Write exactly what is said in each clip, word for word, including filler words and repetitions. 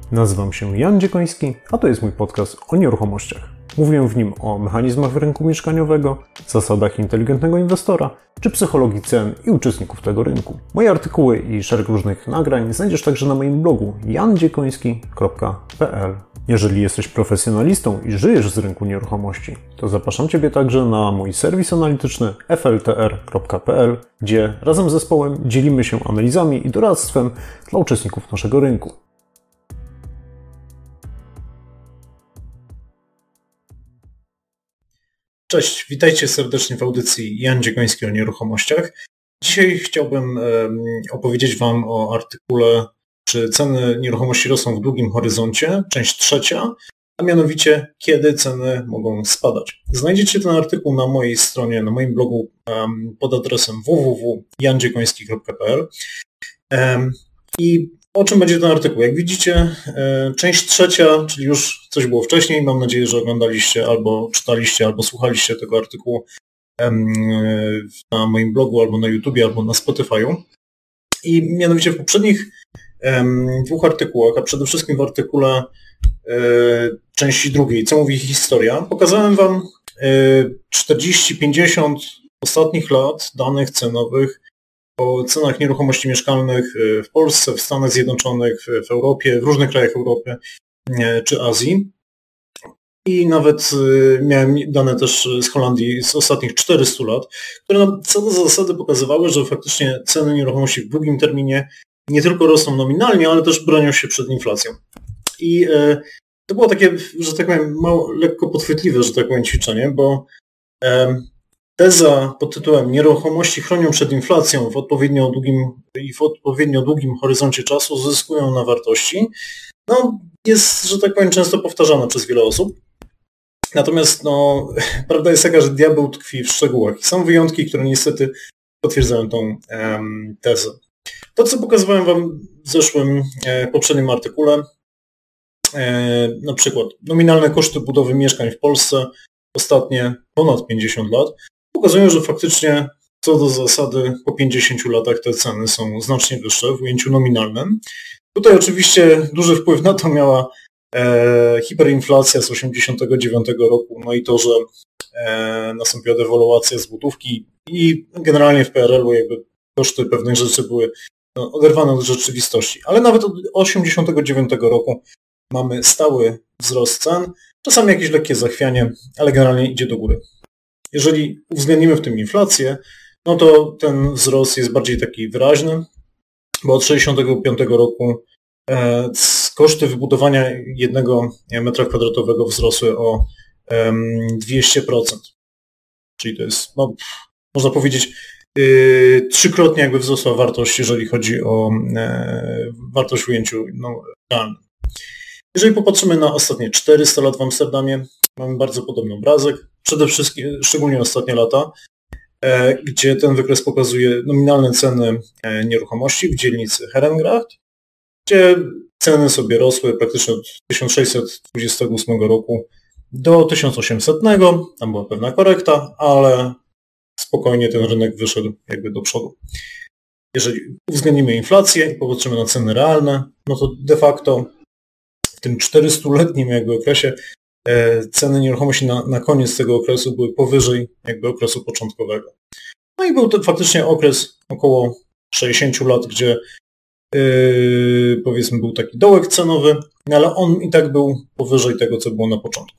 Nazywam się Jan Dziekoński, a to jest mój podcast o nieruchomościach. Mówię w nim o mechanizmach rynku mieszkaniowego, zasadach inteligentnego inwestora, czy psychologii cen i uczestników tego rynku. Moje artykuły i szereg różnych nagrań znajdziesz także na moim blogu jan dziekoński kropka p l. Jeżeli jesteś profesjonalistą i żyjesz z rynku nieruchomości, to zapraszam Ciebie także na mój serwis analityczny f l t r kropka p l, gdzie razem z zespołem dzielimy się analizami i doradztwem dla uczestników naszego rynku. Cześć, witajcie serdecznie w audycji Jan Dziekoński o nieruchomościach. Dzisiaj chciałbym opowiedzieć Wam o artykule, czy ceny nieruchomości rosną w długim horyzoncie, część trzecia, a mianowicie kiedy ceny mogą spadać. Znajdziecie ten artykuł na mojej stronie, na moim blogu pod adresem w w w kropka jan dziekoński kropka p l. I o czym będzie ten artykuł? Jak widzicie, część trzecia, czyli już coś było wcześniej. Mam nadzieję, że oglądaliście albo czytaliście, albo słuchaliście tego artykułu na moim blogu, albo na YouTubie, albo na Spotify'u. I mianowicie w poprzednich dwóch artykułach, a przede wszystkim w artykule części drugiej, co mówi historia, pokazałem Wam czterdzieści pięćdziesiąt ostatnich lat danych cenowych o cenach nieruchomości mieszkalnych w Polsce, w Stanach Zjednoczonych, w Europie, w różnych krajach Europy czy Azji. I nawet miałem dane też z Holandii z ostatnich czterystu lat, które nam co do zasady pokazywały, że faktycznie ceny nieruchomości w długim terminie nie tylko rosną nominalnie, ale też bronią się przed inflacją. I to było takie, że tak powiem, mało, lekko podchwytliwe, że tak powiem, ćwiczenie, bo teza pod tytułem nieruchomości chronią przed inflacją w odpowiednio długim i w odpowiednio długim horyzoncie czasu zyskują na wartości, no jest, że tak powiem, często powtarzana przez wiele osób. Natomiast no, prawda jest taka, że diabeł tkwi w szczegółach i są wyjątki, które niestety potwierdzają tą um, tezę. To, co pokazywałem Wam w zeszłym, e, poprzednim artykule, e, na przykład nominalne koszty budowy mieszkań w Polsce ostatnie ponad pięćdziesiąt lat, pokazują, że faktycznie co do zasady po pięćdziesięciu latach te ceny są znacznie wyższe w ujęciu nominalnym. Tutaj oczywiście duży wpływ na to miała e, hiperinflacja z osiemdziesiątego dziewiątego roku, no i to, że e, nastąpiła dewaluacja złotówki i generalnie w P R L-u jakby koszty pewnych rzeczy były no, oderwane od rzeczywistości. Ale nawet od osiemdziesiątego dziewiątego roku mamy stały wzrost cen, czasami jakieś lekkie zachwianie, ale generalnie idzie do góry. Jeżeli uwzględnimy w tym inflację, no to ten wzrost jest bardziej taki wyraźny, bo od sześćdziesiątego piątego roku e, koszty wybudowania jednego metra kwadratowego wzrosły o e, dwieście procent. Czyli to jest, no, można powiedzieć, yy, trzykrotnie jakby wzrosła wartość, jeżeli chodzi o e, wartość w ujęciu no, realnym. Jeżeli popatrzymy na ostatnie czterysta lat w Amsterdamie, mamy bardzo podobny obrazek, przede wszystkim, szczególnie ostatnie lata, e, gdzie ten wykres pokazuje nominalne ceny e, nieruchomości w dzielnicy Herengracht, gdzie ceny sobie rosły praktycznie od tysiąc sześćset dwudziestego ósmego roku do tysiąc osiemsetnego, tam była pewna korekta, ale spokojnie ten rynek wyszedł jakby do przodu. Jeżeli uwzględnimy inflację i popatrzymy na ceny realne, no to de facto w tym czterystuletnim jakby okresie e, ceny nieruchomości na, na koniec tego okresu były powyżej jakby okresu początkowego. No i był to faktycznie okres około sześćdziesiąt lat, gdzie yy, powiedzmy był taki dołek cenowy, no ale on i tak był powyżej tego, co było na początku.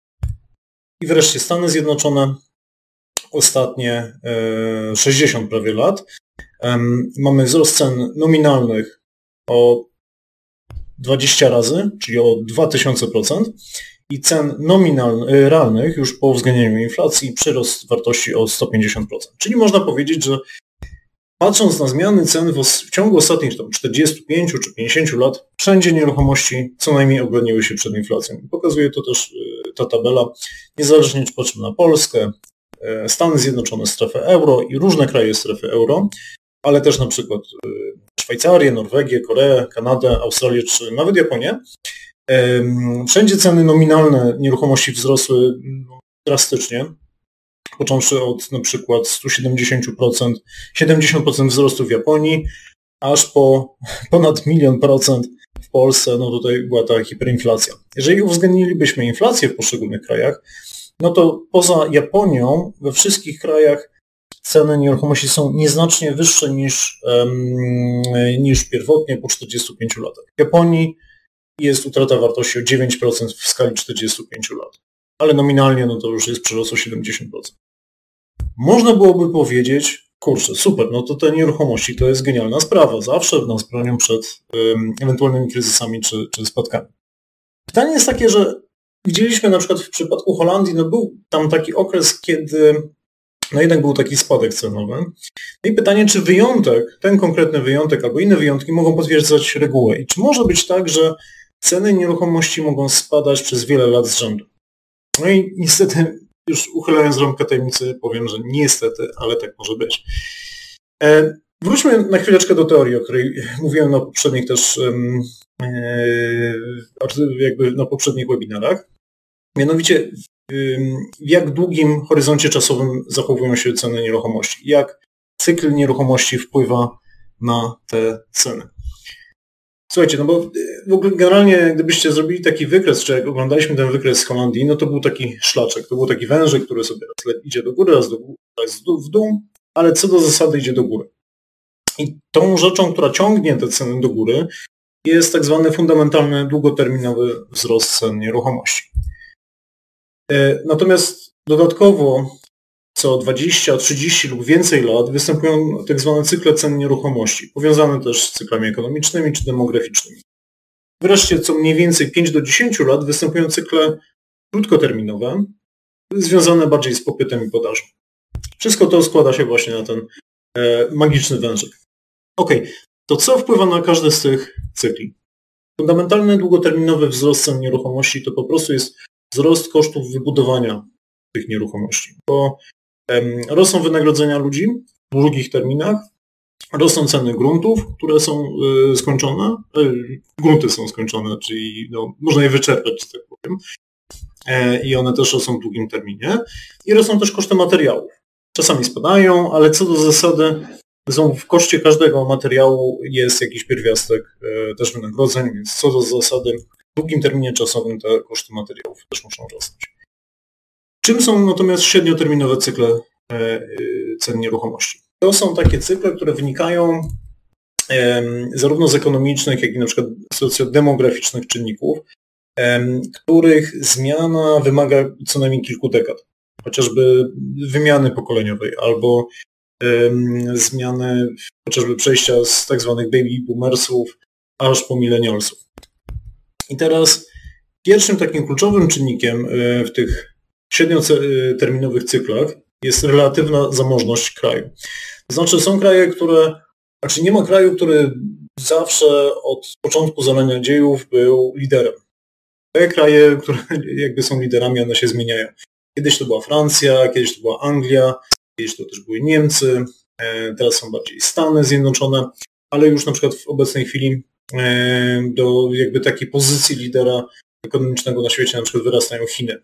I wreszcie Stany Zjednoczone, ostatnie yy, sześćdziesiąt prawie lat, yy, mamy wzrost cen nominalnych o dwadzieścia razy, czyli o dwa tysiące procent i cen nominalnych, realnych już po uwzględnieniu inflacji przyrost wartości o sto pięćdziesiąt procent. Czyli można powiedzieć, że patrząc na zmiany cen w, w ciągu ostatnich tam, czterdziestu pięciu czy pięćdziesięciu lat, wszędzie nieruchomości co najmniej obroniły się przed inflacją. Pokazuje to też y, ta tabela, niezależnie czy patrzymy na Polskę, y, Stany Zjednoczone, strefę euro i różne kraje strefy euro, ale też na przykład y, Szwajcarię, Norwegię, Koreę, Kanadę, Australię czy nawet Japonię. Wszędzie ceny nominalne nieruchomości wzrosły drastycznie, począwszy od na przykład stu siedemdziesięciu procent, siedemdziesiąt procent wzrostu w Japonii, aż po ponad milion procent w Polsce, no tutaj była ta hiperinflacja. Jeżeli uwzględnilibyśmy inflację w poszczególnych krajach, no to poza Japonią we wszystkich krajach ceny nieruchomości są nieznacznie wyższe niż, um, niż pierwotnie po czterdziestu pięciu latach. W Japonii jest utrata wartości o dziewięć procent w skali czterdziestu pięciu lat, ale nominalnie no to już jest przyrost o siedemdziesiąt procent. Można byłoby powiedzieć, kurczę, super, no to te nieruchomości to jest genialna sprawa, zawsze nas bronią przed um, ewentualnymi kryzysami czy, czy spadkami. Pytanie jest takie, że widzieliśmy na przykład w przypadku Holandii, no był tam taki okres, kiedy no jednak był taki spadek cenowy. No i pytanie, czy wyjątek, ten konkretny wyjątek albo inne wyjątki mogą potwierdzać regułę i czy może być tak, że ceny nieruchomości mogą spadać przez wiele lat z rzędu. No i niestety, już uchylając rąbkę tajemnicy, powiem, że niestety, ale tak może być. E, wróćmy na chwileczkę do teorii, o której mówiłem na poprzednich też e, jakby na poprzednich webinarach. Mianowicie w jak długim horyzoncie czasowym zachowują się ceny nieruchomości, jak cykl nieruchomości wpływa na te ceny. Słuchajcie, no bo w ogóle generalnie gdybyście zrobili taki wykres, czy jak oglądaliśmy ten wykres z Holandii, no to był taki szlaczek, to był taki wężyk, który sobie raz idzie do góry, raz, do góry, raz w dół, ale co do zasady idzie do góry. I tą rzeczą, która ciągnie te ceny do góry, jest tak zwany fundamentalny, długoterminowy wzrost cen nieruchomości. Natomiast dodatkowo co dwadzieścia, trzydzieści lub więcej lat występują tak zwane cykle cen nieruchomości, powiązane też z cyklami ekonomicznymi czy demograficznymi. Wreszcie co mniej więcej pięć do dziesięciu lat występują cykle krótkoterminowe, związane bardziej z popytem i podażą. Wszystko to składa się właśnie na ten e, magiczny wężyk. Ok, to co wpływa na każdy z tych cykli? Fundamentalny, długoterminowy wzrost cen nieruchomości to po prostu jest wzrost kosztów wybudowania tych nieruchomości, bo em, rosną wynagrodzenia ludzi w długich terminach, rosną ceny gruntów, które są y, skończone, y, grunty są skończone, czyli no, można je wyczerpać, że tak powiem, e, i one też rosną w długim terminie i rosną też koszty materiałów. Czasami spadają, ale co do zasady są w koszcie każdego materiału jest jakiś pierwiastek e, też wynagrodzeń, więc co do zasady w długim terminie czasowym te koszty materiałów też muszą rosnąć. Czym są natomiast średnioterminowe cykle cen nieruchomości? To są takie cykle, które wynikają zarówno z ekonomicznych, jak i na przykład socjodemograficznych czynników, których zmiana wymaga co najmniej kilku dekad. Chociażby wymiany pokoleniowej albo zmiany, chociażby przejścia z tak zwanych baby boomersów aż po millennialsów. I teraz pierwszym takim kluczowym czynnikiem w tych średnioterminowych cyklach jest relatywna zamożność kraju. To znaczy są kraje, które, znaczy nie ma kraju, który zawsze od początku zalania dziejów był liderem. Te kraje, które jakby są liderami, one się zmieniają. Kiedyś to była Francja, kiedyś to była Anglia, kiedyś to też były Niemcy, teraz są bardziej Stany Zjednoczone, ale już na przykład w obecnej chwili do jakby takiej pozycji lidera ekonomicznego na świecie na przykład wyrastają Chiny.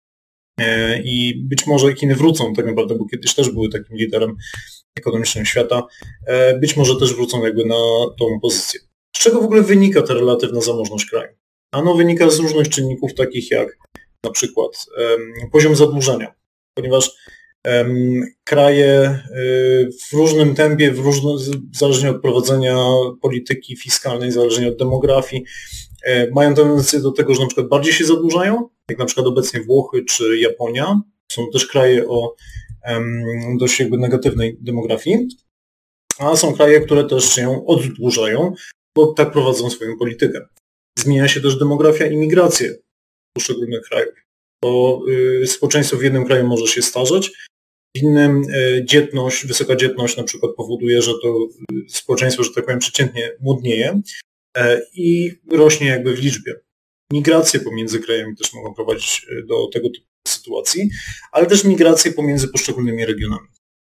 I być może Chiny wrócą tak naprawdę, bo kiedyś też były takim liderem ekonomicznym świata, być może też wrócą jakby na tą pozycję. Z czego w ogóle wynika ta relatywna zamożność kraju? Ano wynika z różnych czynników takich jak na przykład um, poziom zadłużenia, ponieważ um, kraje y, w różnym tempie, w różnym, zależnie od prowadzenia polityki fiskalnej, zależnie od demografii, y, mają tendencję do tego, że na przykład bardziej się zadłużają, jak na przykład obecnie Włochy czy Japonia. Są też kraje o um, dość jakby negatywnej demografii, a są kraje, które też się oddłużają, bo tak prowadzą swoją politykę. Zmienia się też demografia i migracje poszczególnych krajów, bo y, społeczeństwo w jednym kraju może się starzeć, w innym y, dzietność, wysoka dzietność na przykład powoduje, że to y, społeczeństwo, że tak powiem, przeciętnie młodnieje y, i rośnie jakby w liczbie. Migracje pomiędzy krajami też mogą prowadzić do tego typu sytuacji, ale też migracje pomiędzy poszczególnymi regionami.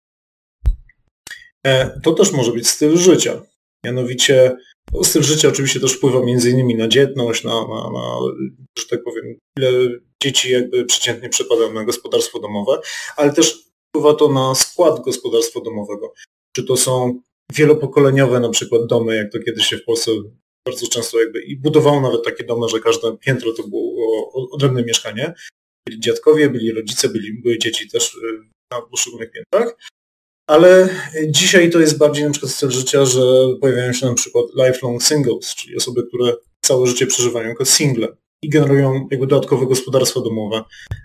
Y, to też może być styl życia, mianowicie no, styl życia oczywiście też wpływa między innymi na dzietność, na, na, na, że tak powiem, ile dzieci jakby przeciętnie przypada na gospodarstwo domowe, ale też wpływa to na skład gospodarstwa domowego. Czy to są wielopokoleniowe na przykład domy, jak to kiedyś się w Polsce bardzo często jakby i budowało nawet takie domy, że każde piętro to było odrębne mieszkanie. Byli dziadkowie, byli rodzice, byli, były dzieci też na poszczególnych piętrach. Ale dzisiaj to jest bardziej na przykład styl życia, że pojawiają się na przykład lifelong singles, czyli osoby, które całe życie przeżywają jako single i generują jakby dodatkowe gospodarstwa domowe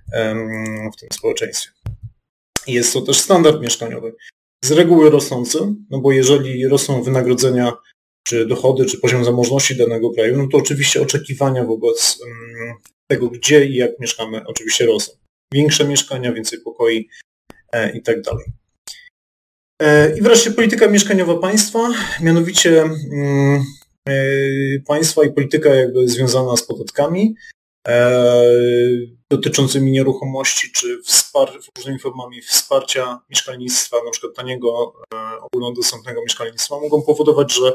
w tym społeczeństwie. Jest to też standard mieszkaniowy. Z reguły rosnący, no bo jeżeli rosną wynagrodzenia, czy dochody, czy poziom zamożności danego kraju, no to oczywiście oczekiwania wobec tego, gdzie i jak mieszkamy, oczywiście rosną. Większe mieszkania, więcej pokoi i tak dalej. I wreszcie polityka mieszkaniowa państwa, mianowicie państwa i polityka jakby związana z podatkami dotyczącymi nieruchomości czy wspar- różnymi formami wsparcia mieszkalnictwa, na przykład taniego, ogólnodostępnego mieszkalnictwa, mogą powodować, że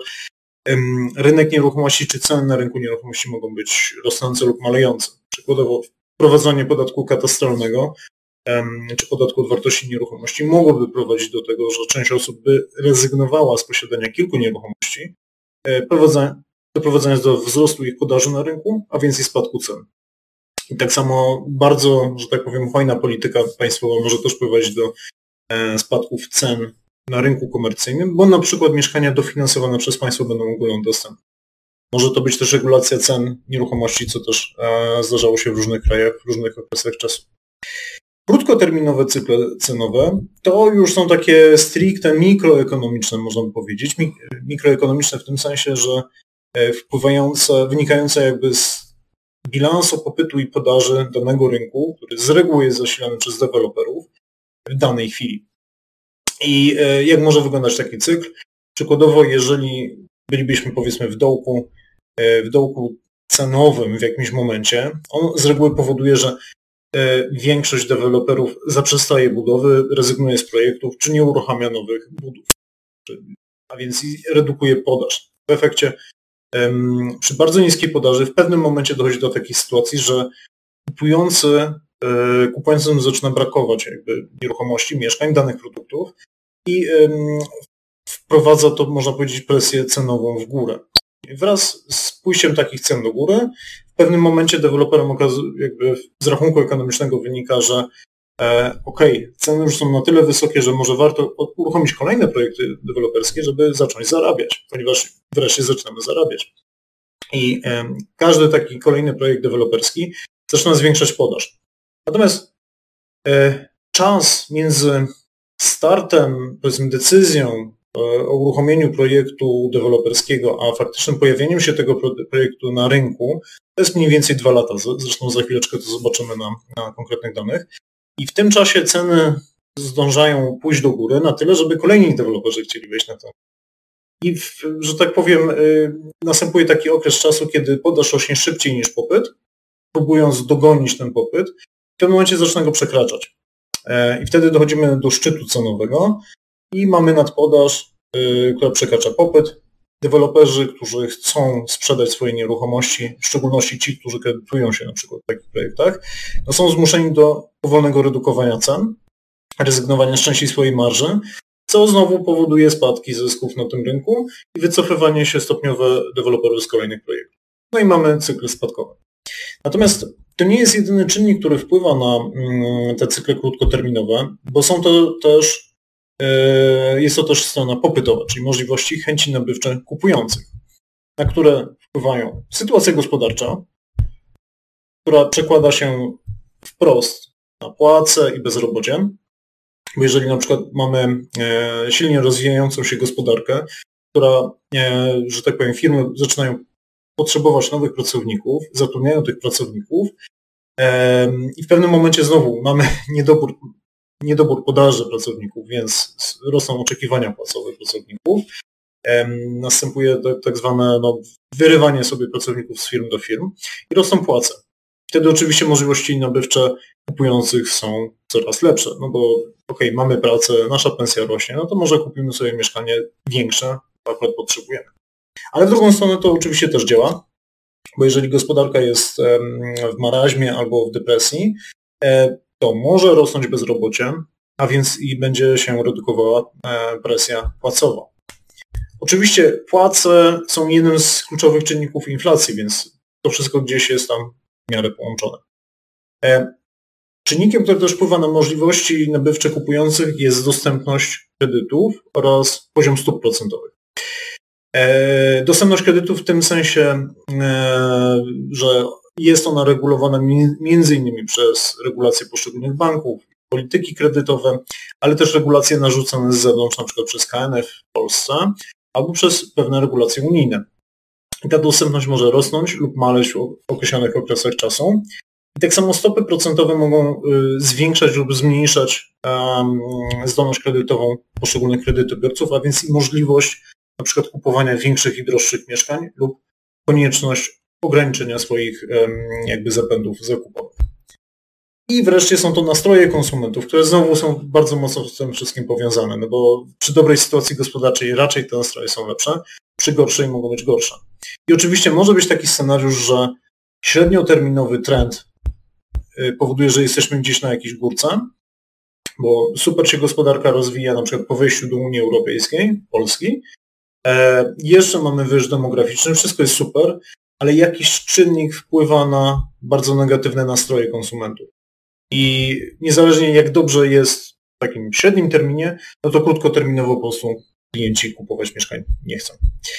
rynek nieruchomości czy ceny na rynku nieruchomości mogą być rosnące lub malejące. Przykładowo wprowadzanie podatku katastralnego czy podatku od wartości nieruchomości mogłoby prowadzić do tego, że część osób by rezygnowała z posiadania kilku nieruchomości, doprowadzając do wzrostu ich podaży na rynku, a więc i spadku cen. I tak samo bardzo, że tak powiem, hojna polityka państwowa może też prowadzić do spadków cen na rynku komercyjnym, bo na przykład mieszkania dofinansowane przez państwo będą ogólnodostępne. Może to być też regulacja cen nieruchomości, co też zdarzało się w różnych krajach, w różnych okresach czasu. Krótkoterminowe cykle cenowe to już są takie stricte mikroekonomiczne, można by powiedzieć. Mikroekonomiczne w tym sensie, że wpływające, wynikające jakby z bilansu popytu i podaży danego rynku, który z reguły jest zasilany przez deweloperów w danej chwili. I jak może wyglądać taki cykl? Przykładowo, jeżeli bylibyśmy powiedzmy w dołku, w dołku cenowym w jakimś momencie, on z reguły powoduje, że większość deweloperów zaprzestaje budowy, rezygnuje z projektów, czy nie uruchamia nowych budów, a więc redukuje podaż. W efekcie przy bardzo niskiej podaży w pewnym momencie dochodzi do takiej sytuacji, że kupujący, kupującym zaczyna brakować jakby nieruchomości, mieszkań, danych produktów i wprowadza to, można powiedzieć, presję cenową w górę. Wraz z pójściem takich cen do góry, w pewnym momencie deweloperom jakby z rachunku ekonomicznego wynika, że e, okej, okay, ceny już są na tyle wysokie, że może warto uruchomić kolejne projekty deweloperskie, żeby zacząć zarabiać, ponieważ wreszcie zaczynamy zarabiać. I e, każdy taki kolejny projekt deweloperski zaczyna zwiększać podaż. Natomiast e, czas między startem, powiedzmy, decyzją o uruchomieniu projektu deweloperskiego, a faktycznym pojawieniem się tego projektu na rynku, to jest mniej więcej dwa lata. Zresztą za chwileczkę to zobaczymy na, na konkretnych danych. I w tym czasie ceny zdążają pójść do góry na tyle, żeby kolejni deweloperzy chcieli wejść na to. I, w, że tak powiem, następuje taki okres czasu, kiedy podaż rośnie szybciej niż popyt, próbując dogonić ten popyt, w tym momencie zaczyna go przekraczać. I wtedy dochodzimy do szczytu cenowego, i mamy nadpodaż, yy, która przekracza popyt. Deweloperzy, którzy chcą sprzedać swoje nieruchomości, w szczególności ci, którzy kredytują się na przykład w takich projektach, no są zmuszeni do powolnego redukowania cen, rezygnowania z części swojej marży, co znowu powoduje spadki zysków na tym rynku i wycofywanie się stopniowe deweloperów z kolejnych projektów. No i mamy cykl spadkowy. Natomiast to nie jest jedyny czynnik, który wpływa na mm, te cykle krótkoterminowe, bo są to też Jest to też strona popytowa, czyli możliwości chęci nabywcze kupujących, na które wpływają sytuacja gospodarcza, która przekłada się wprost na płace i bezrobocie, bo jeżeli na przykład mamy silnie rozwijającą się gospodarkę, która, że tak powiem, firmy zaczynają potrzebować nowych pracowników, zatrudniają tych pracowników i w pewnym momencie znowu mamy niedobór niedobór podaży pracowników, więc rosną oczekiwania płacowe pracowników. Następuje tak zwane no, wyrywanie sobie pracowników z firm do firm i rosną płace. Wtedy oczywiście możliwości nabywcze kupujących są coraz lepsze, no bo okej, okay, mamy pracę, nasza pensja rośnie, no to może kupimy sobie mieszkanie większe, bo akurat potrzebujemy. Ale w drugą stronę to oczywiście też działa, bo jeżeli gospodarka jest w maraźmie albo w depresji, to może rosnąć bezrobocie, a więc i będzie się redukowała presja płacowa. Oczywiście płace są jednym z kluczowych czynników inflacji, więc to wszystko gdzieś jest tam w miarę połączone. Czynnikiem, który też wpływa na możliwości nabywcze kupujących, jest dostępność kredytów oraz poziom stóp procentowych. Dostępność kredytów w tym sensie, że jest ona regulowana między innymi przez regulacje poszczególnych banków, polityki kredytowe, ale też regulacje narzucone z zewnątrz, na przykład przez K N F w Polsce, albo przez pewne regulacje unijne. I ta dostępność może rosnąć lub maleć w określonych okresach czasu. I tak samo stopy procentowe mogą zwiększać lub zmniejszać um, zdolność kredytową poszczególnych kredytobiorców, a więc i możliwość na przykład kupowania większych i droższych mieszkań lub konieczność ograniczenia swoich um, jakby zapędów zakupowych. I wreszcie są to nastroje konsumentów, które znowu są bardzo mocno z tym wszystkim powiązane, no bo przy dobrej sytuacji gospodarczej raczej te nastroje są lepsze, przy gorszej mogą być gorsze. I oczywiście może być taki scenariusz, że średnioterminowy trend powoduje, że jesteśmy gdzieś na jakiejś górce, bo super się gospodarka rozwija, na przykład po wejściu do Unii Europejskiej, Polski. E, jeszcze mamy wyż demograficzny, wszystko jest super, ale jakiś czynnik wpływa na bardzo negatywne nastroje konsumentów. I niezależnie jak dobrze jest w takim średnim terminie, no to krótkoterminowo po prostu klienci kupować mieszkań nie chcą.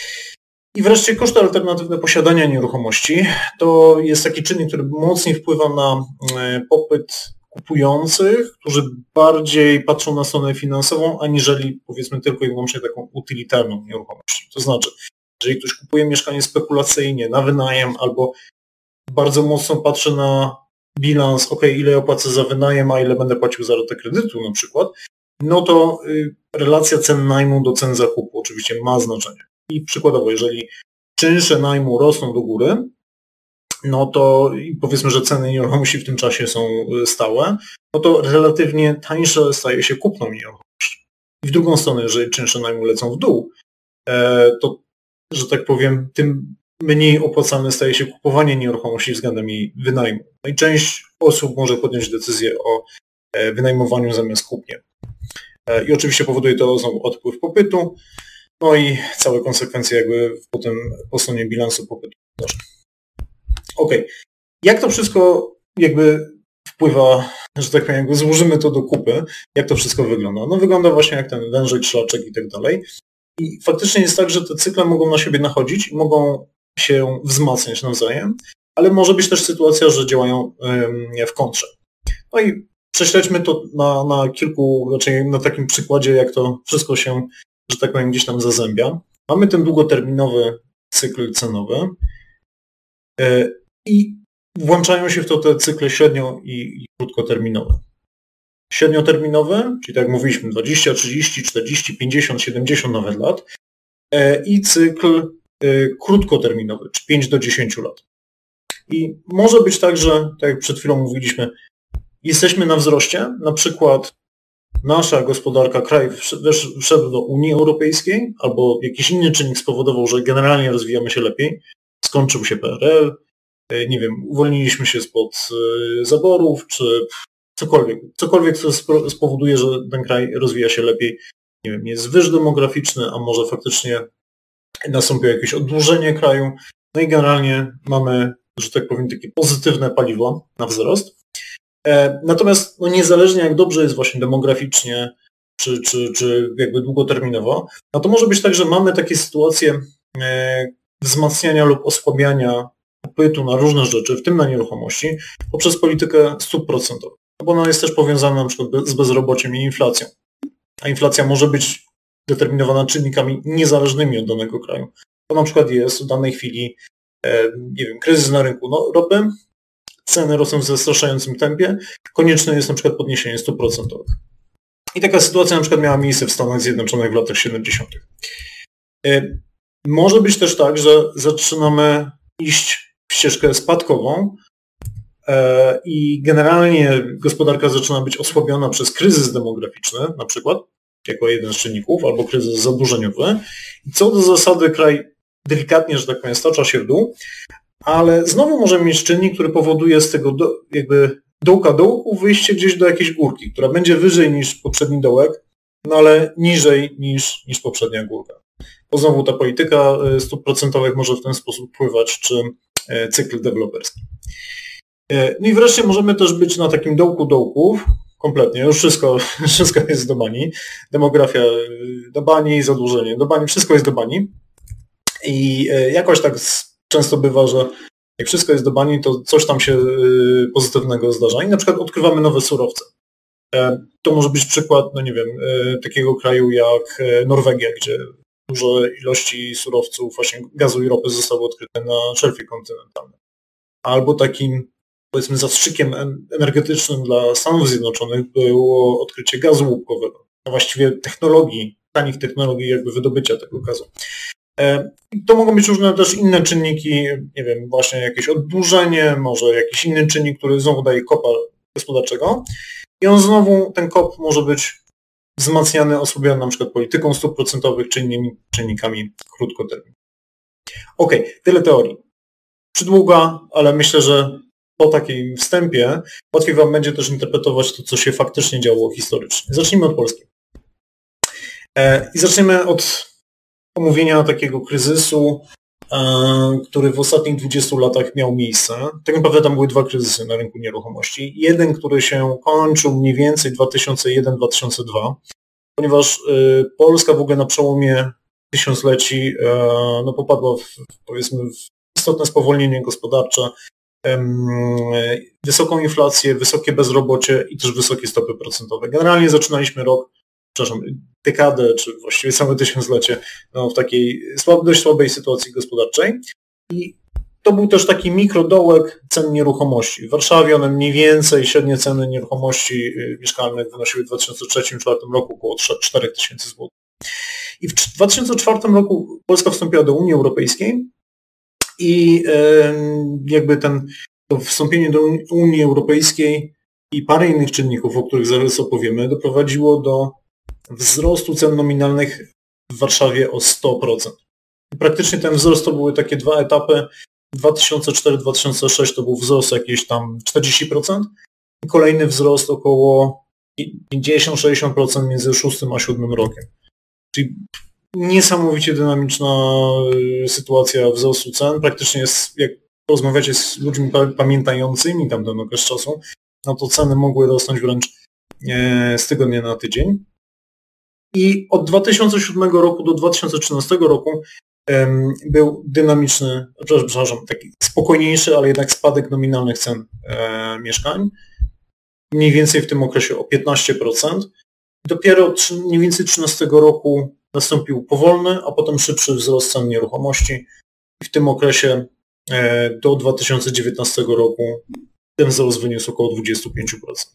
I wreszcie koszty alternatywne posiadania nieruchomości to jest taki czynnik, który mocniej wpływa na popyt kupujących, którzy bardziej patrzą na stronę finansową, aniżeli powiedzmy tylko i wyłącznie taką utylitarną nieruchomość. To znaczy, jeżeli ktoś kupuje mieszkanie spekulacyjnie, na wynajem albo bardzo mocno patrzy na bilans, ok, ile ja płacę za wynajem, a ile będę płacił za ratę kredytu na przykład, no to relacja cen najmu do cen zakupu oczywiście ma znaczenie. I przykładowo, jeżeli czynsze najmu rosną do góry, no to powiedzmy, że ceny nieruchomości w tym czasie są stałe, no to relatywnie tańsze staje się kupno nieruchomości. I w drugą stronę, jeżeli czynsze najmu lecą w dół, to, że tak powiem, tym mniej opłacalne staje się kupowanie nieruchomości względem jej wynajmu. No i część osób może podjąć decyzję o wynajmowaniu zamiast kupnie. I oczywiście powoduje to znowu odpływ popytu, no i całe konsekwencje jakby potem po stronie bilansu popytu. Ok. Jak to wszystko jakby wpływa, że tak powiem, jakby złożymy to do kupy, jak to wszystko wygląda? No wygląda właśnie jak ten wężyk, szlaczek i tak dalej. I faktycznie jest tak, że te cykle mogą na siebie nachodzić i mogą się wzmacniać nawzajem, ale może być też sytuacja, że działają w kontrze. No i prześledźmy to na, na kilku, raczej na takim przykładzie, jak to wszystko się, że tak powiem, gdzieś tam zazębia. Mamy ten długoterminowy cykl cenowy i włączają się w to te cykle średnio i, i krótkoterminowe. Średnioterminowe, czyli tak jak mówiliśmy, dwadzieścia, trzydzieści, czterdzieści, pięćdziesiąt, siedemdziesiąt nawet lat i cykl krótkoterminowy, czyli pięć do dziesięciu lat. I może być tak, że, tak jak przed chwilą mówiliśmy, jesteśmy na wzroście, na przykład nasza gospodarka, kraj wszedł do Unii Europejskiej, albo jakiś inny czynnik spowodował, że generalnie rozwijamy się lepiej, skończył się P R L, nie wiem, uwolniliśmy się spod zaborów, czy cokolwiek, cokolwiek, co spowoduje, że ten kraj rozwija się lepiej, nie wiem, jest wyż demograficzny, a może faktycznie nastąpiło jakieś oddłużenie kraju, no i generalnie mamy, że tak powiem, takie pozytywne paliwo na wzrost. Natomiast no niezależnie jak dobrze jest właśnie demograficznie, czy, czy, czy jakby długoterminowo, no to może być tak, że mamy takie sytuacje wzmacniania lub osłabiania popytu na różne rzeczy, w tym na nieruchomości, poprzez politykę stóp procentowych. Bo ona jest też powiązana na przykład z bezrobociem i inflacją. A inflacja może być determinowana czynnikami niezależnymi od danego kraju. To na przykład jest w danej chwili, nie wiem, kryzys na rynku no, ropy, ceny rosną w zastraszającym tempie, konieczne jest na przykład podniesienie stóp procentowych. I taka sytuacja na przykład miała miejsce w Stanach Zjednoczonych w latach siedemdziesiątych. Może być też tak, że zaczynamy iść w ścieżkę spadkową i generalnie gospodarka zaczyna być osłabiona przez kryzys demograficzny, na przykład, jako jeden z czynników, albo kryzys zadłużeniowy. I co do zasady kraj delikatnie, że tak powiem, stacza się w dół, ale znowu możemy mieć czynnik, który powoduje z tego do, jakby dołka dołku wyjście gdzieś do jakiejś górki, która będzie wyżej niż poprzedni dołek, no ale niżej niż, niż poprzednia górka. Bo znowu ta polityka stóp procentowych może w ten sposób wpływać, czy cykl deweloperski. No i wreszcie możemy też być na takim dołku dołków, kompletnie, już wszystko, wszystko jest do bani. Demografia do bani, zadłużenie do bani, wszystko jest do bani. I jakoś tak często bywa, że jak wszystko jest do bani, to coś tam się pozytywnego zdarza. I na przykład odkrywamy nowe surowce. To może być przykład, no nie wiem, takiego kraju jak Norwegia, gdzie duże ilości surowców, właśnie gazu i ropy zostały odkryte na szelfie kontynentalnym. Albo takim, powiedzmy, zastrzykiem energetycznym dla Stanów Zjednoczonych było odkrycie gazu łupkowego, a właściwie technologii, tanich technologii jakby wydobycia tego gazu. To mogą być różne też inne czynniki, nie wiem, właśnie jakieś oddłużenie, może jakiś inny czynnik, który znowu daje kopa gospodarczego i on znowu, ten kop może być wzmacniany, osłabiony na przykład polityką stóp procentowych czy innymi czynnikami krótkoterminowymi. Ok, tyle teorii. Przydługa, ale myślę, że po takim wstępie łatwiej Wam będzie też interpretować to, co się faktycznie działo historycznie. Zacznijmy od Polski. I zaczniemy od omówienia takiego kryzysu, który w ostatnich dwudziestu latach miał miejsce. Tak naprawdę tam były dwa kryzysy na rynku nieruchomości. Jeden, który się kończył mniej więcej dwa tysiące jeden dwa tysiące dwa, ponieważ Polska w ogóle na przełomie tysiącleci no, popadła w, powiedzmy, w istotne spowolnienie gospodarcze, wysoką inflację, wysokie bezrobocie i też wysokie stopy procentowe. Generalnie zaczynaliśmy rok, przepraszam, dekadę, czy właściwie całe tysiąclecie no, w takiej słab, dość słabej sytuacji gospodarczej. I to był też taki mikrodołek cen nieruchomości. W Warszawie one mniej więcej, średnie ceny nieruchomości mieszkalnych wynosiły w dwa tysiące trzecim dwa tysiące czwartym roku około cztery tysiące złotych. I w dwa tysiące czwartym roku Polska wstąpiła do Unii Europejskiej i jakby ten, to wstąpienie do Unii Europejskiej i parę innych czynników, o których zaraz opowiemy, doprowadziło do wzrostu cen nominalnych w Warszawie o sto procent. I praktycznie ten wzrost to były takie dwa etapy. dwa tysiące czwarty do dwa tysiące szóstego to był wzrost jakieś tam czterdzieści procent i kolejny wzrost około pięćdziesiąt do sześćdziesięciu procent między szóstym a siódmym rokiem. Czyli niesamowicie dynamiczna sytuacja wzrostu cen. Praktycznie jest, jak rozmawiacie z ludźmi pamiętającymi tamten okres czasu, no to ceny mogły rosnąć wręcz z tygodnia na tydzień. I od dwa tysiące siódmego roku do dwa tysiące trzynastego roku um, był dynamiczny, przepraszam, taki spokojniejszy, ale jednak spadek nominalnych cen e, mieszkań. Mniej więcej w tym okresie o piętnaście procent. Dopiero od mniej więcej trzynastego roku nastąpił powolny, a potem szybszy wzrost cen nieruchomości. I w tym okresie e, do dwa tysiące dziewiętnastego roku ten wzrost wyniósł około dwadzieścia pięć procent.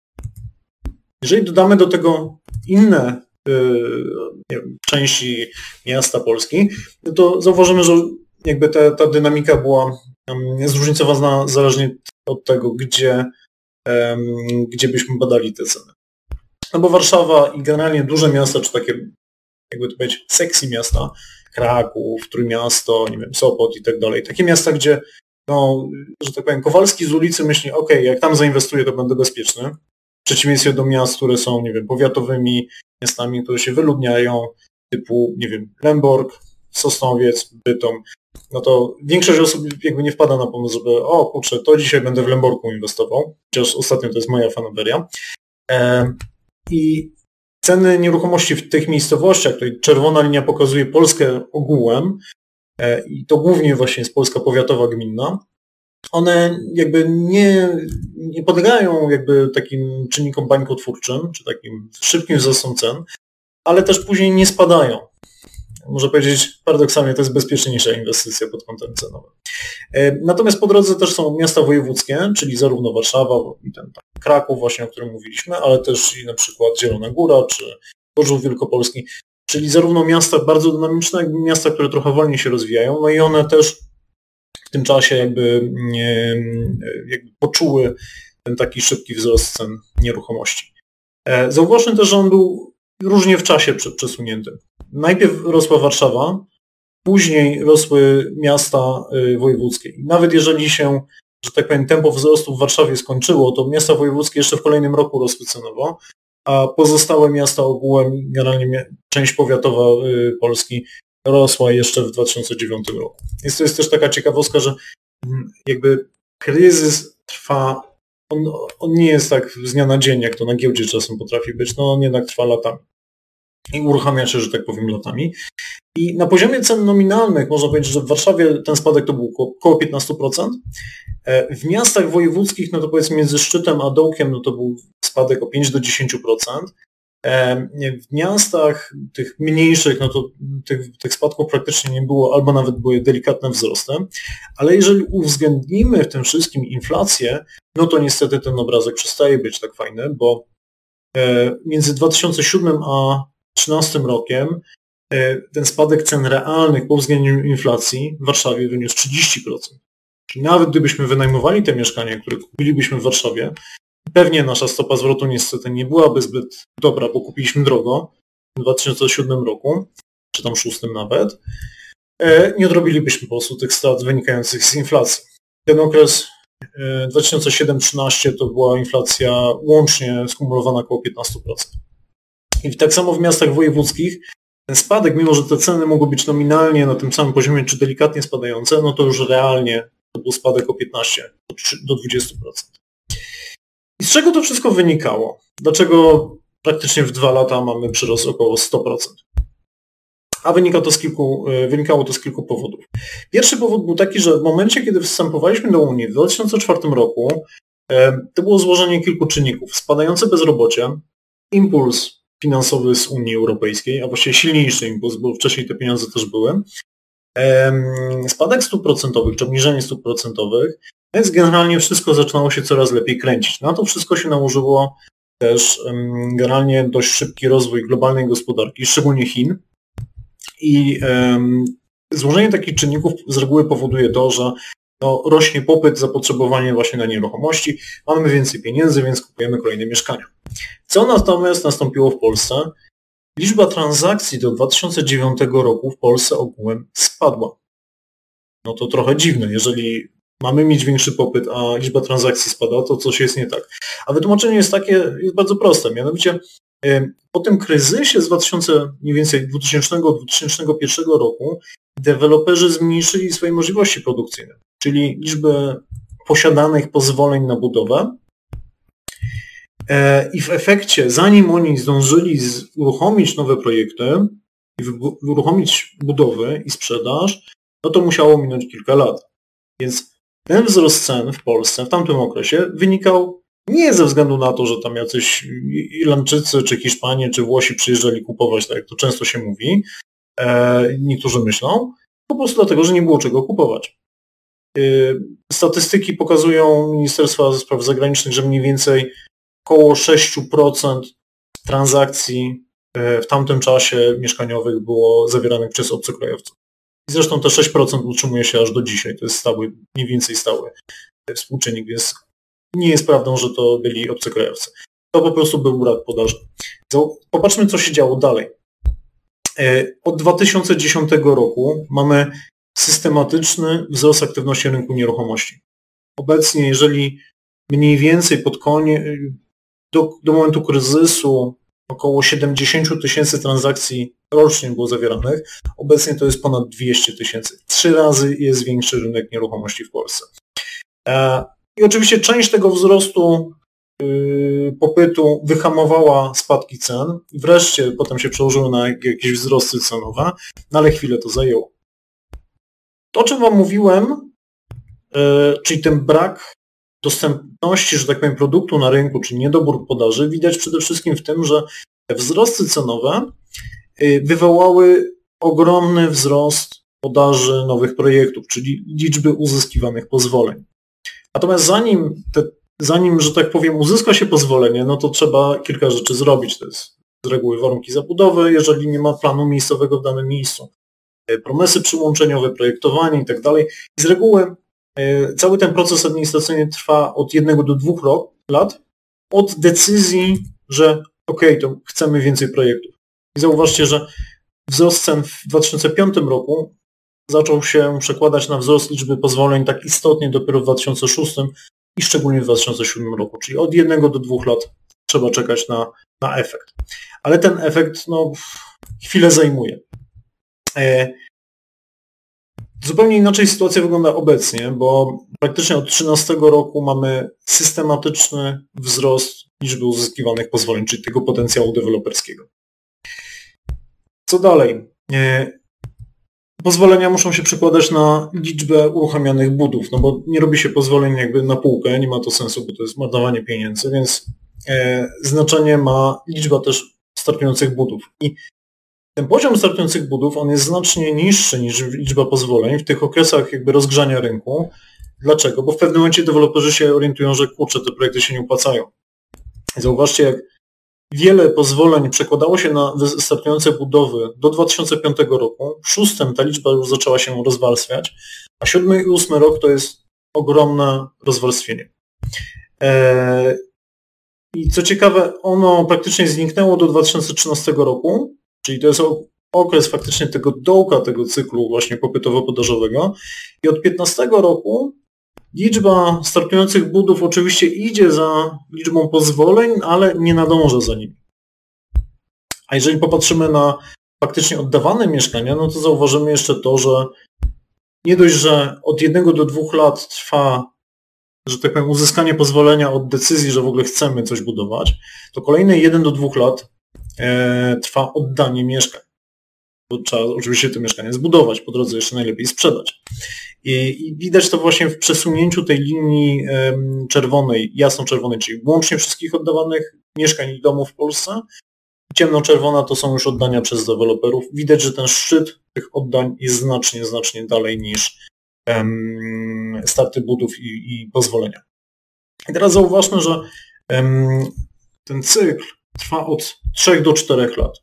Jeżeli dodamy do tego inne nie wiem, części miasta Polski, no to zauważymy, że jakby ta, ta dynamika była zróżnicowana zależnie od tego, gdzie, gdzie byśmy badali te ceny. No bo Warszawa i generalnie duże miasta, czy takie, jakby to powiedzieć, sexy miasta, Kraków, Trójmiasto, nie wiem, Sopot i tak dalej, takie miasta, gdzie, no, że tak powiem, Kowalski z ulicy myśli, ok, jak tam zainwestuję, to będę bezpieczny. W przeciwieństwie do miast, które są, nie wiem, powiatowymi miastami, które się wyludniają, typu, nie wiem, Lęborg, Sosnowiec, Bytom, no to większość osób jakby nie wpada na pomysł, żeby o kurczę, to dzisiaj będę w Lęborgu inwestował, chociaż ostatnio to jest moja fanaberia. E, I ceny nieruchomości w tych miejscowościach, tutaj czerwona linia pokazuje Polskę ogółem, e, i to głównie właśnie jest Polska powiatowa, gminna, one jakby nie, nie podlegają jakby takim czynnikom bańkotwórczym, czy takim szybkim wzrostom cen, ale też później nie spadają. Można powiedzieć, paradoksalnie to jest bezpieczniejsza inwestycja pod kątem cenowym. Natomiast po drodze też są miasta wojewódzkie, czyli zarówno Warszawa i ten tam Kraków właśnie, o którym mówiliśmy, ale też i na przykład Zielona Góra, czy Gorzów Wielkopolski, czyli zarówno miasta bardzo dynamiczne, jak i miasta, które trochę wolniej się rozwijają, no i one też w tym czasie jakby, jakby poczuły ten taki szybki wzrost cen nieruchomości. Zauważmy też, że on był różnie w czasie przesunięty. Najpierw rosła Warszawa, później rosły miasta wojewódzkie. I nawet jeżeli się, że tak powiem, tempo wzrostu w Warszawie skończyło, to miasta wojewódzkie jeszcze w kolejnym roku rosły cenowo. a pozostałe miasta ogółem, generalnie część powiatowa Polski rosła jeszcze w dwa tysiące dziewiątym roku. Jest to jest też taka ciekawostka, że jakby kryzys trwa, on, on nie jest tak z dnia na dzień, jak to na giełdzie czasem potrafi być, no on jednak trwa latami. I uruchamia się, że tak powiem, latami. I na poziomie cen nominalnych można powiedzieć, że w Warszawie ten spadek to był około piętnaście procent. W miastach wojewódzkich, no to powiedzmy między Szczytem a Dołkiem, no to był spadek o pięć do dziesięciu procent. W miastach tych mniejszych, no to tych, tych spadków praktycznie nie było, albo nawet były delikatne wzrosty. Ale jeżeli uwzględnimy w tym wszystkim inflację, no to niestety ten obrazek przestaje być tak fajny, bo między dwa tysiące siódmym a dwa tysiące trzynastym rokiem ten spadek cen realnych po uwzględnieniu inflacji w Warszawie wyniósł trzydzieści procent. Czyli nawet gdybyśmy wynajmowali te mieszkania, które kupilibyśmy w Warszawie, pewnie nasza stopa zwrotu niestety nie byłaby zbyt dobra, bo kupiliśmy drogo w dwa tysiące siódmym roku, czy tam szóstym nawet, nie odrobilibyśmy po prostu tych strat wynikających z inflacji. Ten okres dwa tysiące siódmy do dwa tysiące trzynastego to była inflacja łącznie skumulowana około piętnaście procent. I tak samo w miastach wojewódzkich ten spadek, mimo że te ceny mogą być nominalnie na tym samym poziomie, czy delikatnie spadające, no to już realnie to był spadek o piętnaście do dwudziestu procent. I z czego to wszystko wynikało? Dlaczego praktycznie w dwa lata mamy przyrost około sto procent? A wynika to z kilku, wynikało to z kilku powodów. Pierwszy powód był taki, że w momencie, kiedy wstępowaliśmy do Unii w dwa tysiące czwartym roku, to było złożenie kilku czynników. Spadające bezrobocie, impuls finansowy z Unii Europejskiej, a właściwie silniejszy impuls, bo wcześniej te pieniądze też były, spadek stóp procentowych, czy obniżenie stóp procentowych, więc generalnie wszystko zaczynało się coraz lepiej kręcić. Na to wszystko się nałożyło też generalnie dość szybki rozwój globalnej gospodarki, szczególnie Chin. I złożenie takich czynników z reguły powoduje to, że no, rośnie popyt, zapotrzebowanie właśnie na nieruchomości, mamy więcej pieniędzy, więc kupujemy kolejne mieszkania. Co natomiast nastąpiło w Polsce? Liczba transakcji do dwa tysiące dziewiątego roku w Polsce ogółem spadła. No to trochę dziwne, jeżeli mamy mieć większy popyt, a liczba transakcji spada, to coś jest nie tak. A wytłumaczenie jest takie, jest bardzo proste, mianowicie po tym kryzysie z dwa tysiące, mniej więcej dwutysięcznego do dwa tysiące pierwszego roku deweloperzy zmniejszyli swoje możliwości produkcyjne, czyli liczbę posiadanych pozwoleń na budowę i w efekcie, zanim oni zdążyli uruchomić nowe projekty, uruchomić budowy i sprzedaż, no to musiało minąć kilka lat. Więc ten wzrost cen w Polsce w tamtym okresie wynikał nie ze względu na to, że tam jacyś Irlandczycy, czy Hiszpanie, czy Włosi przyjeżdżali kupować, tak jak to często się mówi, e, niektórzy myślą, po prostu dlatego, że nie było czego kupować. E, statystyki pokazują Ministerstwa Spraw Zagranicznych, że mniej więcej około sześć procent transakcji w tamtym czasie mieszkaniowych było zawieranych przez obcokrajowców. I zresztą te sześć procent utrzymuje się aż do dzisiaj. To jest stały, mniej więcej stały współczynnik, więc nie jest prawdą, że to byli obcokrajowcy. To po prostu był brak podaży. Popatrzmy, co się działo dalej. Od dwa tysiące dziesiątego roku mamy systematyczny wzrost aktywności rynku nieruchomości. Obecnie, jeżeli mniej więcej pod koniec, do, do momentu kryzysu około siedemdziesiąt tysięcy transakcji rocznie było zawieranych, obecnie to jest ponad dwieście tysięcy. Trzy razy jest większy rynek nieruchomości w Polsce. I oczywiście część tego wzrostu yy, popytu wyhamowała spadki cen i wreszcie potem się przełożyły na jakieś wzrosty cenowe, no ale chwilę to zajęło. To, o czym Wam mówiłem, yy, czyli ten brak dostępności, że tak powiem, produktu na rynku, czy niedobór podaży, widać przede wszystkim w tym, że te wzrosty cenowe yy, wywołały ogromny wzrost podaży nowych projektów, czyli liczby uzyskiwanych pozwoleń. Natomiast zanim, te, zanim, że tak powiem, uzyska się pozwolenie, no to trzeba kilka rzeczy zrobić. To jest z reguły warunki zabudowy, jeżeli nie ma planu miejscowego w danym miejscu, promesy przyłączeniowe, projektowanie i tak dalej. I z reguły cały ten proces administracyjny trwa od jednego do dwóch rok, lat od decyzji, że ok, to chcemy więcej projektów. I zauważcie, że wzrost cen w dwa tysiące piątym roku zaczął się przekładać na wzrost liczby pozwoleń tak istotnie dopiero w dwa tysiące szóstym i szczególnie w dwa tysiące siódmym roku. Czyli od jednego do dwóch lat trzeba czekać na na efekt. Ale ten efekt no, chwilę zajmuje. Zupełnie inaczej sytuacja wygląda obecnie, bo praktycznie od trzynastego roku mamy systematyczny wzrost liczby uzyskiwanych pozwoleń, czyli tego potencjału deweloperskiego. Co dalej? Pozwolenia muszą się przekładać na liczbę uruchamianych budów, no bo nie robi się pozwoleń jakby na półkę, nie ma to sensu, bo to jest marnowanie pieniędzy, więc e, znaczenie ma liczba też startujących budów. I ten poziom startujących budów, on jest znacznie niższy niż liczba pozwoleń w tych okresach jakby rozgrzania rynku. Dlaczego? Bo w pewnym momencie deweloperzy się orientują, że kurczę, te projekty się nie opłacają. Zauważcie, jak wiele pozwoleń przekładało się na startujące budowy do dwa tysiące piątego roku. W szóstym ta liczba już zaczęła się rozwarstwiać, a siódmy i ósmy rok to jest ogromne rozwarstwienie. Eee, I co ciekawe, ono praktycznie zniknęło do dwa tysiące trzynastego roku, czyli to jest okres faktycznie tego dołka tego cyklu właśnie popytowo-podażowego. I od piętnastego roku liczba startujących budów oczywiście idzie za liczbą pozwoleń, ale nie nadąża za nimi. A jeżeli popatrzymy na faktycznie oddawane mieszkania, no to zauważymy jeszcze to, że nie dość, że od jednego do dwóch lat trwa, że tak powiem, uzyskanie pozwolenia od decyzji, że w ogóle chcemy coś budować, to kolejne jeden do dwóch lat e, trwa oddanie mieszkań. Bo trzeba oczywiście to mieszkanie zbudować, po drodze jeszcze najlepiej sprzedać. I, i widać to właśnie w przesunięciu tej linii um, czerwonej, jasno-czerwonej, czyli łącznie wszystkich oddawanych mieszkań i domów w Polsce. Ciemno-czerwona to są już oddania przez deweloperów. Widać, że ten szczyt tych oddań jest znacznie, znacznie dalej niż um, starty budów i, i pozwolenia. I teraz zauważmy, że um, ten cykl trwa od trzech do czterech lat.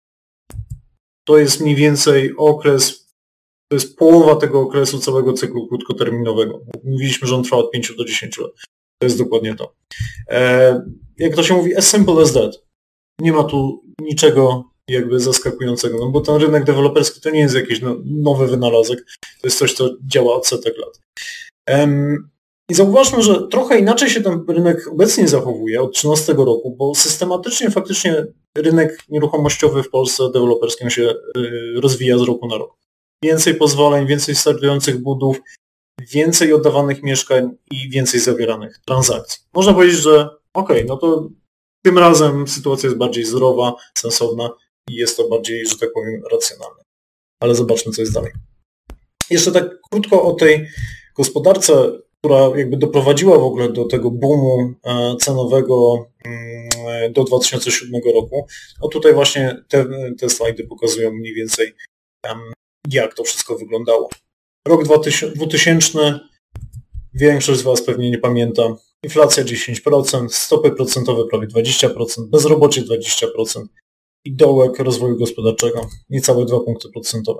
To jest mniej więcej okres, to jest połowa tego okresu całego cyklu krótkoterminowego. Mówiliśmy, że on trwa od pięciu do dziesięciu lat. To jest dokładnie to. E, jak to się mówi, as simple as that. Nie ma tu niczego jakby zaskakującego, no bo ten rynek deweloperski to nie jest jakiś no, nowy wynalazek, to jest coś, co działa od setek lat. Um, I zauważmy, że trochę inaczej się ten rynek obecnie zachowuje od trzynastego roku, bo systematycznie faktycznie rynek nieruchomościowy w Polsce deweloperskim się y, rozwija z roku na rok. Więcej pozwoleń, więcej startujących budów, więcej oddawanych mieszkań i więcej zawieranych transakcji. Można powiedzieć, że okej, okay, no to tym razem sytuacja jest bardziej zdrowa, sensowna i jest to bardziej, że tak powiem, racjonalne. Ale zobaczmy, co jest dalej. Jeszcze tak krótko o tej gospodarce, która jakby doprowadziła w ogóle do tego boomu cenowego do dwa tysiące siódmego roku. No tutaj właśnie te, te slajdy pokazują mniej więcej, jak to wszystko wyglądało. Rok dwutysięczny, większość z Was pewnie nie pamięta, inflacja dziesięć procent, stopy procentowe prawie dwadzieścia procent, bezrobocie dwadzieścia procent i dołek rozwoju gospodarczego niecałe dwa punkty procentowe.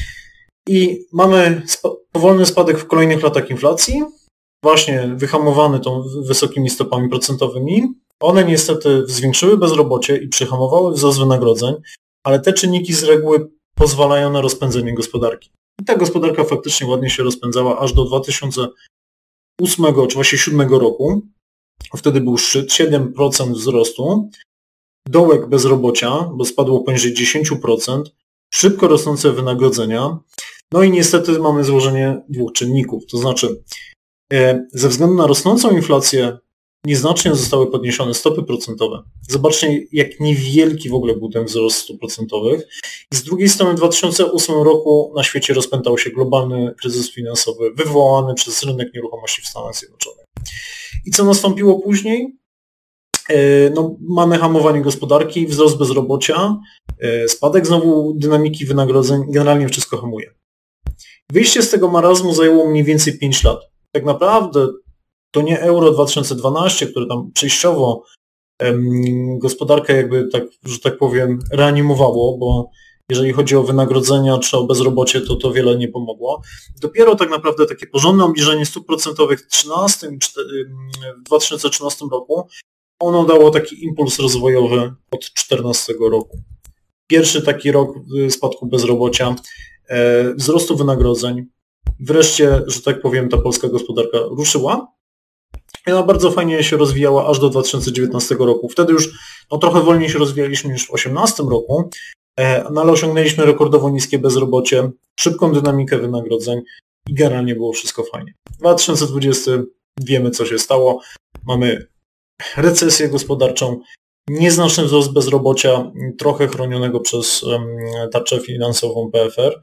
I mamy sp- powolny spadek w kolejnych latach inflacji, właśnie wyhamowany tą wysokimi stopami procentowymi. One niestety zwiększyły bezrobocie i przyhamowały wzrost wynagrodzeń, ale te czynniki z reguły pozwalają na rozpędzenie gospodarki. I ta gospodarka faktycznie ładnie się rozpędzała aż do dwa tysiące ósmego czy właśnie siódmego roku. Wtedy był szczyt, siedem procent wzrostu, dołek bezrobocia, bo spadło poniżej dziesięć procent, szybko rosnące wynagrodzenia. No i niestety mamy złożenie dwóch czynników, to znaczy ze względu na rosnącą inflację nieznacznie zostały podniesione stopy procentowe. Zobaczcie, jak niewielki w ogóle był ten wzrost stóp procentowych. I z drugiej strony w dwa tysiące ósmym roku na świecie rozpętał się globalny kryzys finansowy wywołany przez rynek nieruchomości w Stanach Zjednoczonych. I co nastąpiło później? No, mamy hamowanie gospodarki, wzrost bezrobocia, spadek znowu dynamiki wynagrodzeń, generalnie wszystko hamuje. Wyjście z tego marazmu zajęło mniej więcej pięć lat. Tak naprawdę to nie Euro dwa tysiące dwanaście, które tam przejściowo em, gospodarkę jakby tak, że tak powiem, reanimowało, bo jeżeli chodzi o wynagrodzenia czy o bezrobocie, to to wiele nie pomogło. Dopiero tak naprawdę takie porządne obniżenie stóp procentowych w trzynastym, w dwa tysiące trzynastym roku, ono dało taki impuls rozwojowy od czternastego roku. Pierwszy taki rok spadku bezrobocia, e, wzrostu wynagrodzeń. Wreszcie, że tak powiem, ta polska gospodarka ruszyła. I ona bardzo fajnie się rozwijała aż do dwa tysiące dziewiętnastego roku. Wtedy już no, trochę wolniej się rozwijaliśmy niż w dwa tysiące osiemnastym roku, no ale osiągnęliśmy rekordowo niskie bezrobocie, szybką dynamikę wynagrodzeń i generalnie było wszystko fajnie. dwa tysiące dwudziesty wiemy, co się stało. Mamy recesję gospodarczą, nieznaczny wzrost bezrobocia, trochę chronionego przez tarczę finansową P F R,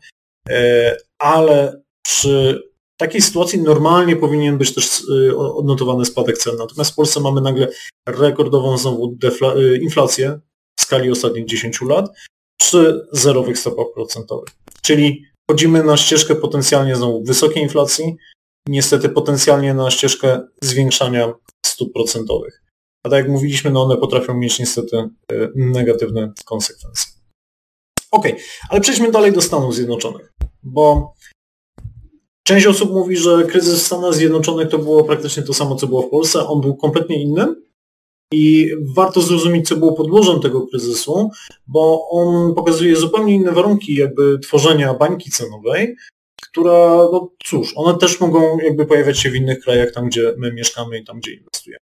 ale przy takiej sytuacji normalnie powinien być też odnotowany spadek cen. Natomiast w Polsce mamy nagle rekordową znowu defla- inflację w skali ostatnich dziesięciu lat przy zerowych stopach procentowych. Czyli wchodzimy na ścieżkę potencjalnie znowu wysokiej inflacji, niestety potencjalnie na ścieżkę zwiększania stóp procentowych. A tak jak mówiliśmy, no one potrafią mieć niestety negatywne konsekwencje. Ok, ale przejdźmy dalej do Stanów Zjednoczonych, bo część osób mówi, że kryzys w Stanach Zjednoczonych to było praktycznie to samo, co było w Polsce, on był kompletnie inny i warto zrozumieć, co było podłożem tego kryzysu, bo on pokazuje zupełnie inne warunki jakby tworzenia bańki cenowej, która, no cóż, one też mogą jakby pojawiać się w innych krajach, tam gdzie my mieszkamy i tam gdzie inwestujemy.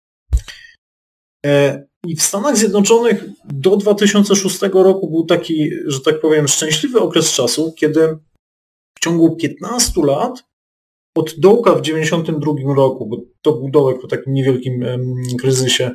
I w Stanach Zjednoczonych do dwa tysiące szóstego roku był taki, że tak powiem, szczęśliwy okres czasu, kiedy w ciągu piętnastu lat od dołka w dziewięćdziesiątym drugim roku, bo to był dołek po takim niewielkim um, kryzysie,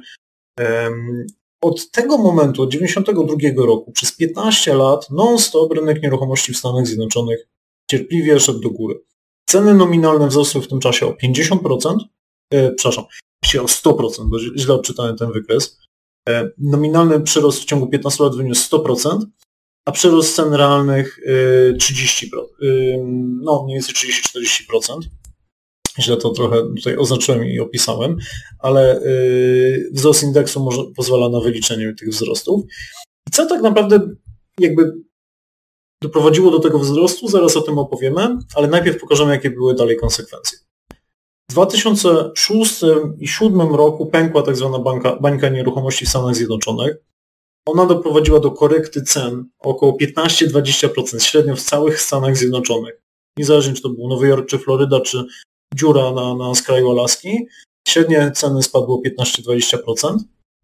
um, od tego momentu, od dziewięćdziesiątego drugiego roku, przez piętnaście lat non-stop rynek nieruchomości w Stanach Zjednoczonych cierpliwie szedł do góry. Ceny nominalne wzrosły w tym czasie o pięćdziesiąt procent, e, przepraszam, o sto procent, bo źle odczytałem ten wykres. E, nominalny przyrost w ciągu piętnastu lat wyniósł sto procent, a przyrost cen realnych e, trzydzieści procent, e, no mniej więcej trzydzieści do czterdziestu procent. Źle to trochę tutaj oznaczyłem i opisałem, ale yy, wzrost indeksu może, pozwala na wyliczenie tych wzrostów. I co tak naprawdę jakby doprowadziło do tego wzrostu, zaraz o tym opowiemy, ale najpierw pokażemy, jakie były dalej konsekwencje. W dwa tysiące szóstym i dwa tysiące siódmym roku pękła tak zwana bańka, bańka nieruchomości w Stanach Zjednoczonych. Ona doprowadziła do korekty cen o około piętnaście do dwudziestu procent średnio w całych Stanach Zjednoczonych. Niezależnie czy to był Nowy Jork, czy Floryda, czy dziura na, na skraju Alaski. Średnie ceny spadły o piętnaście do dwudziestu procent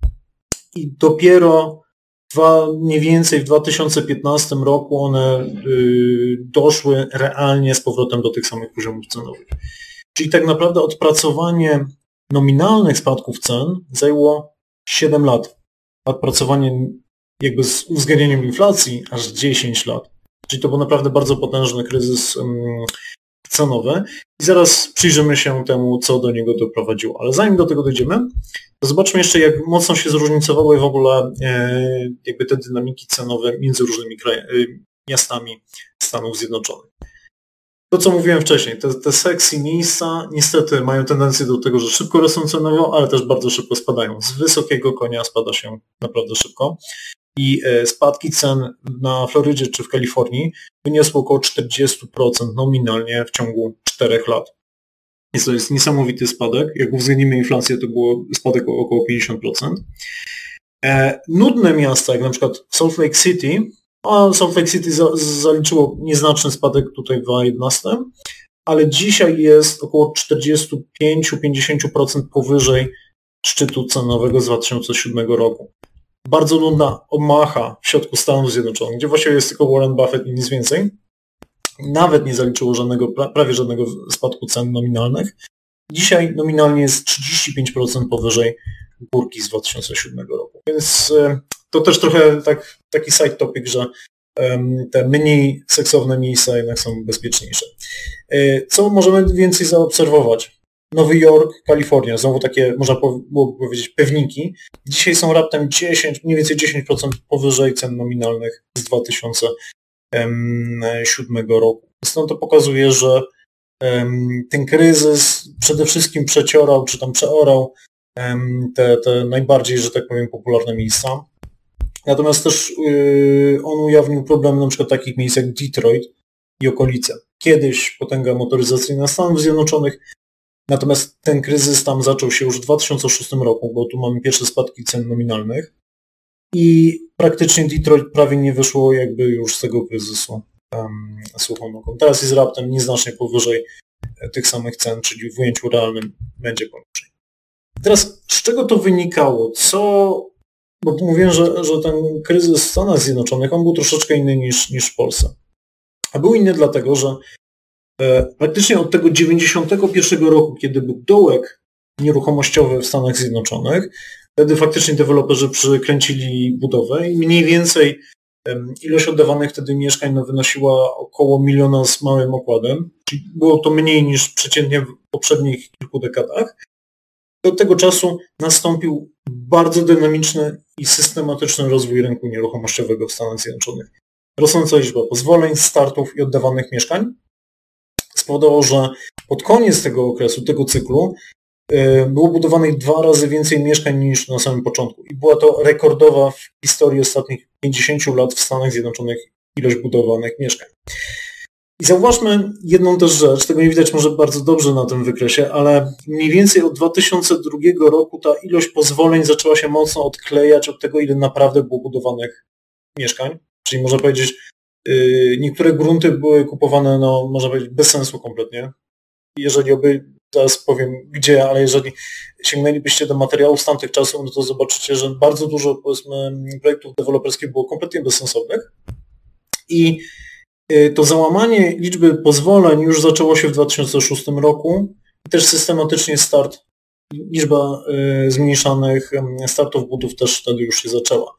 i dopiero dwa, mniej więcej w dwa tysiące piętnastym roku one y, doszły realnie z powrotem do tych samych poziomów cenowych. Czyli tak naprawdę odpracowanie nominalnych spadków cen zajęło siedem lat. Odpracowanie jakby z uwzględnieniem inflacji aż dziesięć lat. Czyli to był naprawdę bardzo potężny kryzys um, cenowy i zaraz przyjrzymy się temu, co do niego doprowadziło. Ale zanim do tego dojdziemy, to zobaczmy jeszcze, jak mocno się zróżnicowały w ogóle e, jakby te dynamiki cenowe między różnymi kraj, e, miastami Stanów Zjednoczonych. To, co mówiłem wcześniej, te, te sexy miejsca niestety mają tendencję do tego, że szybko rosną cenowo, ale też bardzo szybko spadają. Z wysokiego konia spada się naprawdę szybko. I spadki cen na Florydzie czy w Kalifornii wyniosły około czterdzieści procent nominalnie w ciągu czterech lat. I to jest niesamowity spadek. Jak uwzględnimy inflację, to było spadek o około pięćdziesiąt procent. E, nudne miasta, jak na przykład Salt Lake City, a Salt Lake City za, zaliczyło nieznaczny spadek tutaj w dwa tysiące jedenastym, ale dzisiaj jest około czterdzieści pięć do pięćdziesięciu procent powyżej szczytu cenowego z dwa tysiące siódmego roku. Bardzo nudna Omaha w środku Stanów Zjednoczonych, gdzie właściwie jest tylko Warren Buffett i nic więcej. Nawet nie zaliczyło żadnego, prawie żadnego spadku cen nominalnych. Dzisiaj nominalnie jest trzydzieści pięć procent powyżej górki z dwa tysiące siódmego roku. Więc to też trochę tak, taki side topic, że te mniej seksowne miejsca jednak są bezpieczniejsze. Co możemy więcej zaobserwować? Nowy Jork, Kalifornia, znowu takie, można było powiedzieć, pewniki. Dzisiaj są raptem dziesięć, mniej więcej dziesięć procent powyżej cen nominalnych z dwa tysiące siódmego roku. Stąd to pokazuje, że ten kryzys przede wszystkim przeciorał, czy tam przeorał te, te najbardziej, że tak powiem, popularne miejsca. Natomiast też on ujawnił problem na przykład takich miejsc jak Detroit i okolice. Kiedyś potęga motoryzacyjna Stanów Zjednoczonych, natomiast ten kryzys tam zaczął się już w dwa tysiące szóstym roku, bo tu mamy pierwsze spadki cen nominalnych i praktycznie Detroit prawie nie wyszło jakby już z tego kryzysu um, suchą nogą. Teraz jest raptem nieznacznie powyżej tych samych cen, czyli w ujęciu realnym będzie poniżej. Teraz z czego to wynikało? Co, bo mówiłem, że, że ten kryzys w Stanach Zjednoczonych, on był troszeczkę inny niż, niż w Polsce. A był inny dlatego, że e, praktycznie od tego dziewięćdziesiątego pierwszego roku, kiedy był dołek nieruchomościowy w Stanach Zjednoczonych, wtedy faktycznie deweloperzy przykręcili budowę i mniej więcej e, ilość oddawanych wtedy mieszkań no, wynosiła około miliona z małym okładem, czyli było to mniej niż przeciętnie w poprzednich kilku dekadach. Do tego czasu nastąpił bardzo dynamiczny i systematyczny rozwój rynku nieruchomościowego w Stanach Zjednoczonych. Rosnąca liczba pozwoleń, startów i oddawanych mieszkań spowodowało, że pod koniec tego okresu, tego cyklu było budowanych dwa razy więcej mieszkań niż na samym początku. I była to rekordowa w historii ostatnich pięćdziesięciu lat w Stanach Zjednoczonych ilość budowanych mieszkań. I zauważmy jedną też rzecz, tego nie widać może bardzo dobrze na tym wykresie, ale mniej więcej od dwa tysiące drugiego roku ta ilość pozwoleń zaczęła się mocno odklejać od tego, ile naprawdę było budowanych mieszkań. Czyli można powiedzieć, yy, niektóre grunty były kupowane, no można powiedzieć, bez sensu kompletnie. Jeżeli oby, zaraz powiem gdzie, ale jeżeli sięgnęlibyście do materiałów z tamtych czasów, no to zobaczycie, że bardzo dużo, powiedzmy, projektów deweloperskich było kompletnie bezsensownych. I to załamanie liczby pozwoleń już zaczęło się w dwa tysiące szóstym roku i też systematycznie start, liczba y, zmniejszanych startów budów też wtedy już się zaczęła.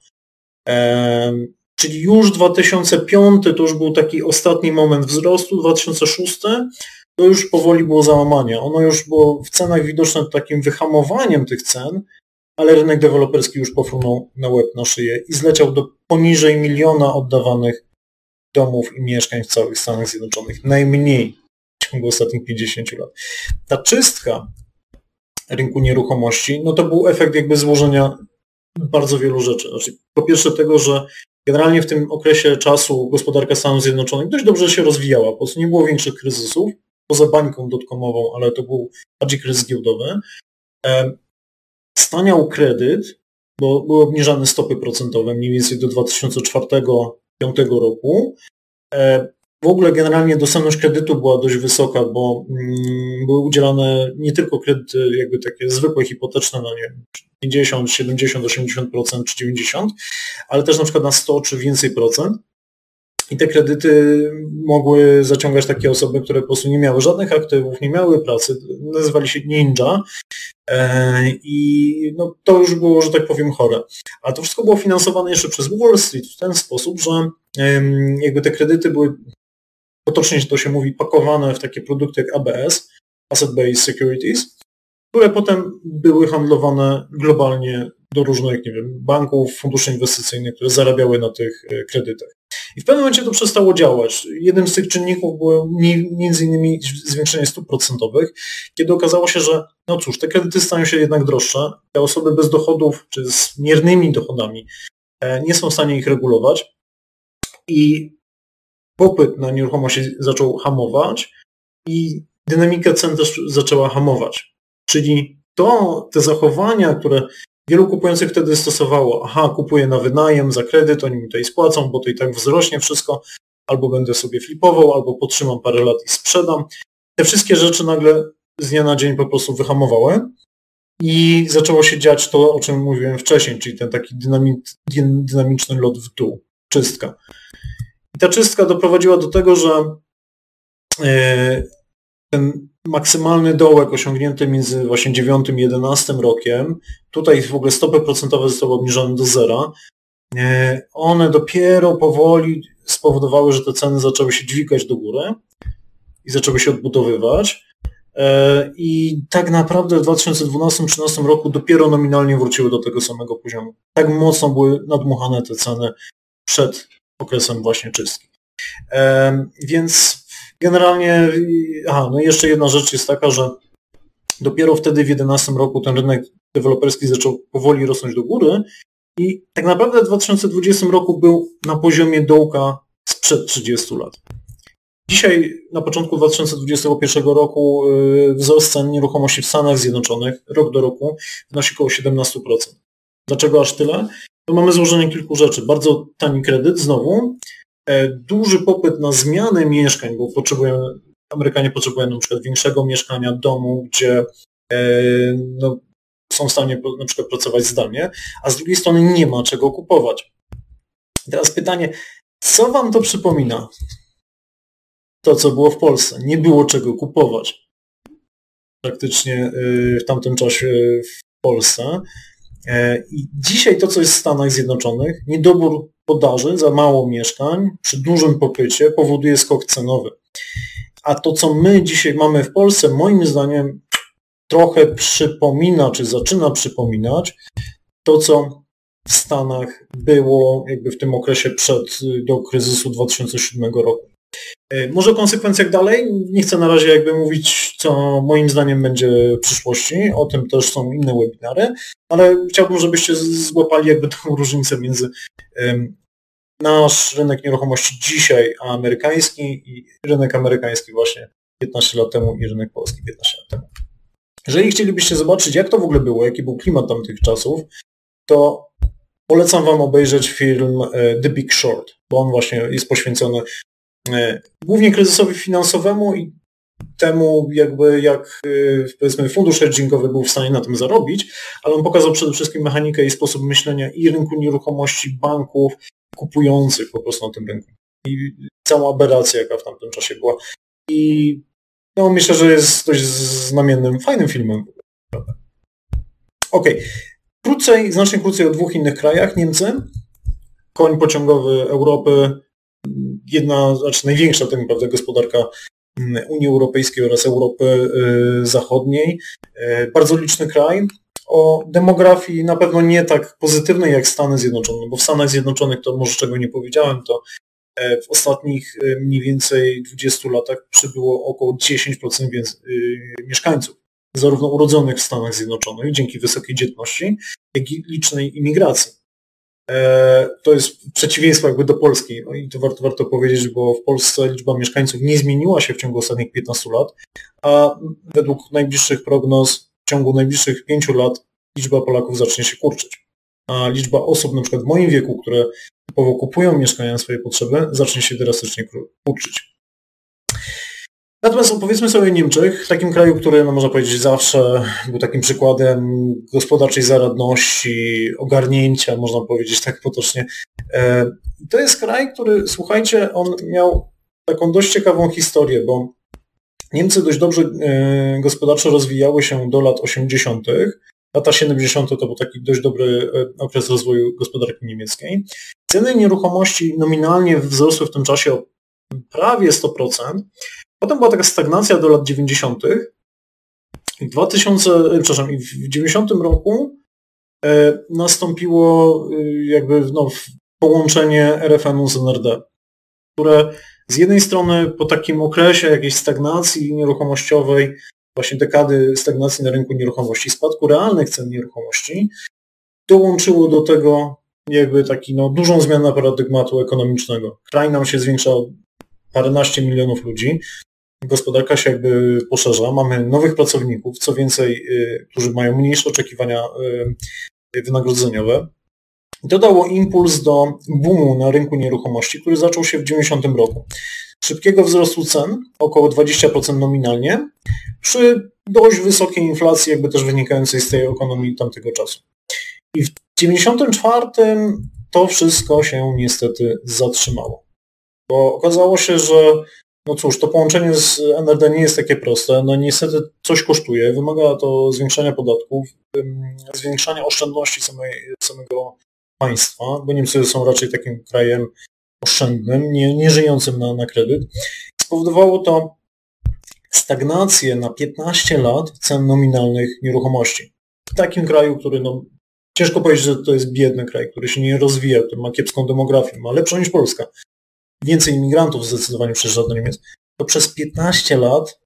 E, czyli już dwa tysiące piąty to już był taki ostatni moment wzrostu, dwa tysiące szósty to już powoli było załamanie. Ono już było w cenach widoczne takim wyhamowaniem tych cen, ale rynek deweloperski już pofrunął na łeb, na szyję i zleciał do poniżej miliona oddawanych domów i mieszkań w całych Stanach Zjednoczonych. Najmniej w ciągu ostatnich pięćdziesięciu lat. Ta czystka rynku nieruchomości, no to był efekt jakby złożenia bardzo wielu rzeczy. Znaczy, po pierwsze tego, że generalnie w tym okresie czasu gospodarka Stanów Zjednoczonych dość dobrze się rozwijała. Po prostu nie było większych kryzysów, poza bańką dotcomową, ale to był bardziej kryzys giełdowy. Staniał kredyt, bo były obniżane stopy procentowe mniej więcej do dwa tysiące czwartego do dwa tysiące piątego roku. W ogóle generalnie dostępność kredytu była dość wysoka, bo były udzielane nie tylko kredyty jakby takie zwykłe, hipoteczne, no nie wiem, pięćdziesiąt, siedemdziesiąt, osiemdziesiąt procent czy dziewięćdziesiąt procent, ale też na przykład na sto czy więcej procent. I te kredyty mogły zaciągać takie osoby, które po prostu nie miały żadnych aktywów, nie miały pracy, nazywali się ninja i no, to już było, że tak powiem, chore. A to wszystko było finansowane jeszcze przez Wall Street w ten sposób, że jakby te kredyty były, potocznie to się mówi, pakowane w takie produkty jak A B S, Asset Based Securities, które potem były handlowane globalnie do różnych, nie wiem, banków, funduszy inwestycyjnych, które zarabiały na tych kredytach. I w pewnym momencie to przestało działać. Jednym z tych czynników było między innymi zwiększenie stóp procentowych, kiedy okazało się, że no cóż, te kredyty stają się jednak droższe, te osoby bez dochodów czy z miernymi dochodami nie są w stanie ich regulować i popyt na nieruchomości zaczął hamować i dynamika cen też zaczęła hamować. Czyli to, te zachowania, które wielu kupujących wtedy stosowało, aha, kupuję na wynajem, za kredyt, oni mi tutaj spłacą, bo to i tak wzrośnie wszystko, albo będę sobie flipował, albo potrzymam parę lat i sprzedam. Te wszystkie rzeczy nagle z dnia na dzień po prostu wyhamowały i zaczęło się dziać to, o czym mówiłem wcześniej, czyli ten taki dynamit, dynamiczny lot w dół, czystka. I ta czystka doprowadziła do tego, że yy, ten maksymalny dołek osiągnięty między właśnie dziewiątym i jedenastym rokiem, tutaj w ogóle stopy procentowe zostały obniżone do zera, one dopiero powoli spowodowały, że te ceny zaczęły się dźwigać do góry i zaczęły się odbudowywać i tak naprawdę w dwa tysiące dwunastym do dwa tysiące trzynastym roku dopiero nominalnie wróciły do tego samego poziomu. Tak mocno były nadmuchane te ceny przed okresem właśnie czystki. Więc generalnie, aha, no jeszcze jedna rzecz jest taka, że dopiero wtedy w jedenastym roku ten rynek deweloperski zaczął powoli rosnąć do góry i tak naprawdę w dwa tysiące dwudziestym roku był na poziomie dołka sprzed trzydziestu lat. Dzisiaj, na początku dwa tysiące dwudziestego pierwszego roku wzrost cen nieruchomości w Stanach Zjednoczonych rok do roku wynosi około siedemnaście procent. Dlaczego aż tyle? To mamy złożenie kilku rzeczy. Bardzo tani kredyt znowu, duży popyt na zmianę mieszkań, bo potrzebują, Amerykanie potrzebują na przykład większego mieszkania, domu, gdzie no, są w stanie na przykład pracować zdalnie, a z drugiej strony nie ma czego kupować. Teraz pytanie, co wam to przypomina? To, co było w Polsce. Nie było czego kupować. Praktycznie w tamtym czasie w Polsce. I dzisiaj to, co jest w Stanach Zjednoczonych, niedobór podaży, za mało mieszkań, przy dużym popycie powoduje skok cenowy. A to, co my dzisiaj mamy w Polsce, moim zdaniem trochę przypomina, czy zaczyna przypominać to, co w Stanach było jakby w tym okresie przed do kryzysu dwa tysiące siódmego roku. Może o konsekwencjach dalej, nie chcę na razie jakby mówić, co moim zdaniem będzie w przyszłości, o tym też są inne webinary, ale chciałbym, żebyście złapali jakby tą różnicę między um, nasz rynek nieruchomości dzisiaj, a amerykański i rynek amerykański właśnie piętnaście lat temu i rynek polski piętnaście lat temu. Jeżeli chcielibyście zobaczyć, jak to w ogóle było, jaki był klimat tamtych czasów, to polecam wam obejrzeć film The Big Short, bo on właśnie jest poświęcony głównie kryzysowi finansowemu i temu, jakby jak powiedzmy fundusz hedgingowy był w stanie na tym zarobić, ale on pokazał przede wszystkim mechanikę i sposób myślenia i rynku nieruchomości, banków, kupujących po prostu na tym rynku. I cała aberracja, jaka w tamtym czasie była. I no, myślę, że jest dość znamiennym, fajnym filmem. Okej. Okay. Krócej, znacznie krócej o dwóch innych krajach. Niemcy, koń pociągowy Europy, jedna, znaczy największa tak naprawdę gospodarka Unii Europejskiej oraz Europy Zachodniej. Bardzo liczny kraj. O demografii na pewno nie tak pozytywnej jak Stany Zjednoczone, bo w Stanach Zjednoczonych, to może czego nie powiedziałem, to w ostatnich mniej więcej dwudziestu latach przybyło około dziesięć procent więcej mieszkańców, zarówno urodzonych w Stanach Zjednoczonych dzięki wysokiej dzietności, jak i licznej imigracji. To jest przeciwieństwo jakby do Polski i to warto, warto powiedzieć, bo w Polsce liczba mieszkańców nie zmieniła się w ciągu ostatnich piętnastu lat, a według najbliższych prognoz w ciągu najbliższych pięciu lat liczba Polaków zacznie się kurczyć. A liczba osób na przykład w moim wieku, które typowo kupują mieszkania na swoje potrzeby, zacznie się drastycznie kurczyć. Natomiast opowiedzmy sobie o Niemczech, takim kraju, który no, można powiedzieć zawsze był takim przykładem gospodarczej zaradności, ogarnięcia, można powiedzieć tak potocznie. To jest kraj, który, słuchajcie, on miał taką dość ciekawą historię, bo Niemcy dość dobrze gospodarczo rozwijały się do lat osiemdziesiątych. Lata siedemdziesiąte to był taki dość dobry okres rozwoju gospodarki niemieckiej. Ceny nieruchomości nominalnie wzrosły w tym czasie o prawie sto procent. Potem była taka stagnacja do lat dziewięćdziesiątych. W dwutysięcznym, przepraszam, i w dziewięćdziesiątym roku e, nastąpiło e, jakby no, połączenie R F N u z N R D, które z jednej strony po takim okresie jakiejś stagnacji nieruchomościowej, właśnie dekady stagnacji na rynku nieruchomości, spadku realnych cen nieruchomości, dołączyło do tego jakby taki no, dużą zmianę paradygmatu ekonomicznego. Kraj nam się zwiększa o paręnaście milionów ludzi, gospodarka się jakby poszerza, mamy nowych pracowników, co więcej, y, którzy mają mniejsze oczekiwania y, wynagrodzeniowe. To dało impuls do boomu na rynku nieruchomości, który zaczął się w dziewięćdziesiątym roku. Szybkiego wzrostu cen, około dwadzieścia procent nominalnie, przy dość wysokiej inflacji, jakby też wynikającej z tej ekonomii tamtego czasu. I w dziewięćdziesiątym czwartym to wszystko się niestety zatrzymało. Bo okazało się, że no cóż, to połączenie z N R D nie jest takie proste, no niestety coś kosztuje, wymaga to zwiększania podatków, zwiększania oszczędności samej, samego państwa, bo Niemcy są raczej takim krajem oszczędnym, nie, nie żyjącym na, na kredyt. Spowodowało to stagnację na piętnaście lat cen nominalnych nieruchomości. W takim kraju, który no, ciężko powiedzieć, że to jest biedny kraj, który się nie rozwija, który ma kiepską demografię, ma lepszą niż Polska, więcej imigrantów zdecydowanie przyjeżdża do Niemiec, to przez piętnaście lat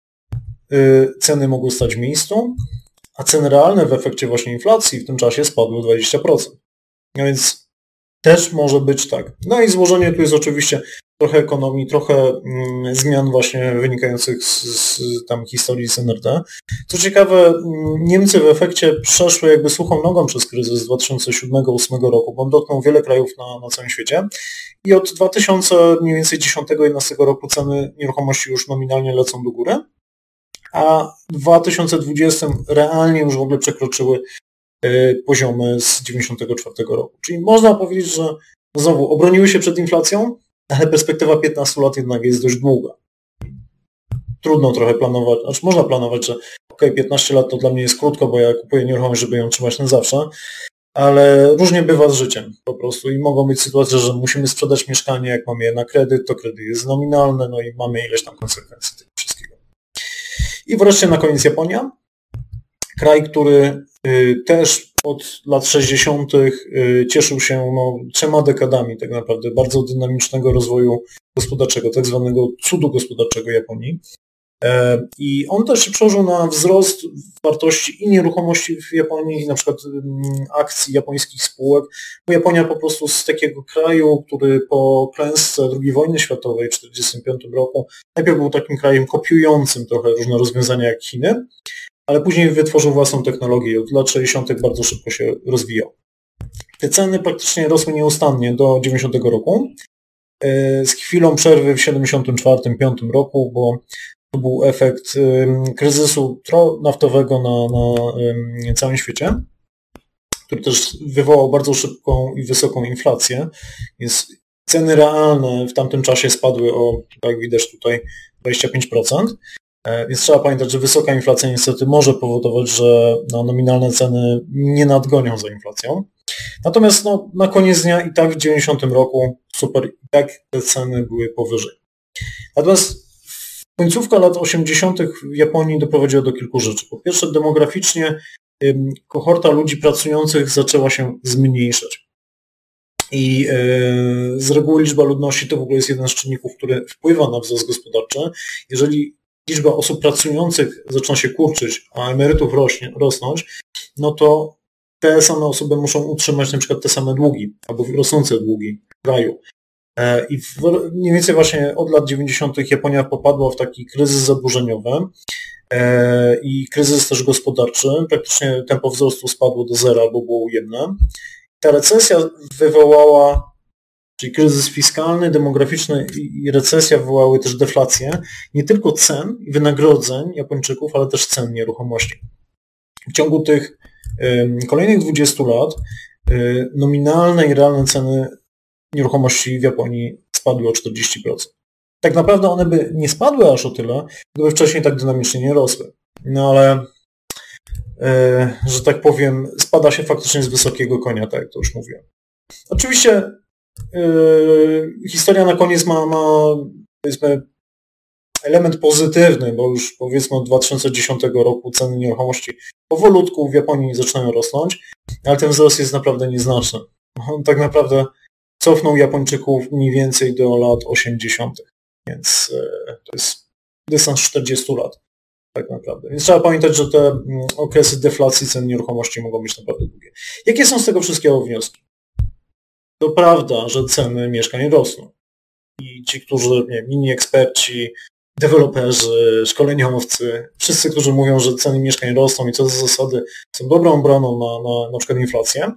y, ceny mogły stać w miejscu, a ceny realne w efekcie właśnie inflacji w tym czasie spadły o dwadzieścia procent. A więc też może być tak. No i złożenie tu jest oczywiście trochę ekonomii, trochę mm, zmian właśnie wynikających z, z tam historii z N R D. Co ciekawe, Niemcy w efekcie przeszły jakby suchą nogą przez kryzys z dwa tysiące siódmego do dwa tysiące ósmego roku, bo on dotknął wiele krajów na, na całym świecie. I od dwa tysiące dziesiątego do dwa tysiące jedenastego roku ceny nieruchomości już nominalnie lecą do góry, a w dwa tysiące dwudziestym realnie już w ogóle przekroczyły poziomy z dziewięćdziesiątego czwartego roku. Czyli można powiedzieć, że znowu obroniły się przed inflacją, ale perspektywa piętnastu lat jednak jest dość długa. Trudno trochę planować, znaczy można planować, że ok, piętnaście lat to dla mnie jest krótko, bo ja kupuję nieruchomość, żeby ją trzymać na zawsze, ale różnie bywa z życiem po prostu i mogą być sytuacje, że musimy sprzedać mieszkanie, jak mamy je na kredyt, to kredyt jest nominalny, no i mamy ileś tam konsekwencji tego wszystkiego. I wreszcie na koniec Japonia. Kraj, który y, też od lat sześćdziesiątych y, cieszył się no, trzema dekadami tak naprawdę bardzo dynamicznego rozwoju gospodarczego, tak zwanego cudu gospodarczego Japonii. E, I on też się przełożył na wzrost wartości i nieruchomości w Japonii, i na przykład y, akcji japońskich spółek, bo Japonia po prostu z takiego kraju, który po klęsce drugiej wojny światowej w tysiąc dziewięćset czterdziestym piątym roku najpierw był takim krajem kopiującym trochę różne rozwiązania jak Chiny, ale później wytworzył własną technologię i od lat sześćdziesiątych bardzo szybko się rozwijał. Te ceny praktycznie rosły nieustannie do dziewięćdziesiątego roku, z chwilą przerwy w siedemdziesiątym czwartym piątym roku, bo to był efekt kryzysu naftowego na, na całym świecie, który też wywołał bardzo szybką i wysoką inflację, więc ceny realne w tamtym czasie spadły o, jak widać tutaj, dwadzieścia pięć procent. Więc trzeba pamiętać, że wysoka inflacja niestety może powodować, że no, nominalne ceny nie nadgonią za inflacją. Natomiast no, na koniec dnia i tak w dziewięćdziesiątym roku super, i tak te ceny były powyżej. Natomiast końcówka lat osiemdziesiątych w Japonii doprowadziła do kilku rzeczy. Po pierwsze, demograficznie ym, kohorta ludzi pracujących zaczęła się zmniejszać. I yy, z reguły liczba ludności to w ogóle jest jeden z czynników, który wpływa na wzrost gospodarczy. Jeżeli liczba osób pracujących zaczyna się kurczyć, a emerytów rośnie, rosnąć, no to te same osoby muszą utrzymać na przykład te same długi, albo rosnące długi w kraju. I w, mniej więcej właśnie od lat dziewięćdziesiątych Japonia popadła w taki kryzys zadłużeniowy i kryzys też gospodarczy. Praktycznie tempo wzrostu spadło do zera, bo było ujemne. Ta recesja wywołała, czyli kryzys fiskalny, demograficzny i recesja wywołały też deflację nie tylko cen i wynagrodzeń Japończyków, ale też cen nieruchomości. W ciągu tych y, kolejnych dwudziestu lat y, nominalne i realne ceny nieruchomości w Japonii spadły o czterdzieści procent. Tak naprawdę one by nie spadły aż o tyle, gdyby wcześniej tak dynamicznie nie rosły. No ale, y, że tak powiem, spada się faktycznie z wysokiego konia, tak jak to już mówiłem. Oczywiście Yy, historia na koniec ma, ma powiedzmy, element pozytywny, bo już powiedzmy od dwa tysiące dziesiątego roku ceny nieruchomości powolutku w Japonii zaczynają rosnąć, ale ten wzrost jest naprawdę nieznaczny. On tak naprawdę cofnął Japończyków mniej więcej do lat osiemdziesiątych, więc yy, to jest dystans czterdziestu lat tak naprawdę. Więc trzeba pamiętać, że te okresy deflacji cen nieruchomości mogą być naprawdę długie. Jakie są z tego wszystkiego wnioski? To prawda, że ceny mieszkań rosną i ci, którzy, nie wiem, inni eksperci, deweloperzy, szkoleniowcy, wszyscy, którzy mówią, że ceny mieszkań rosną i co za zasady są dobrą obroną na, na, na przykład inflację,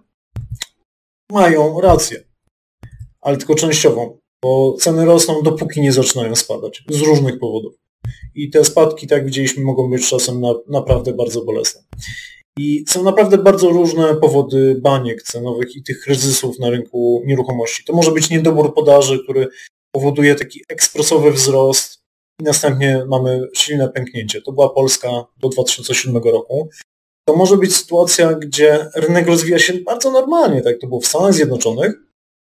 mają rację, ale tylko częściową, bo ceny rosną dopóki nie zaczynają spadać z różnych powodów. I te spadki, tak jak widzieliśmy, mogą być czasem na, naprawdę bardzo bolesne. I są naprawdę bardzo różne powody baniek cenowych i tych kryzysów na rynku nieruchomości. To może być niedobór podaży, który powoduje taki ekspresowy wzrost i następnie mamy silne pęknięcie. To była Polska do dwa tysiące siódmego roku. To może być sytuacja, gdzie rynek rozwija się bardzo normalnie, tak jak to było w Stanach Zjednoczonych.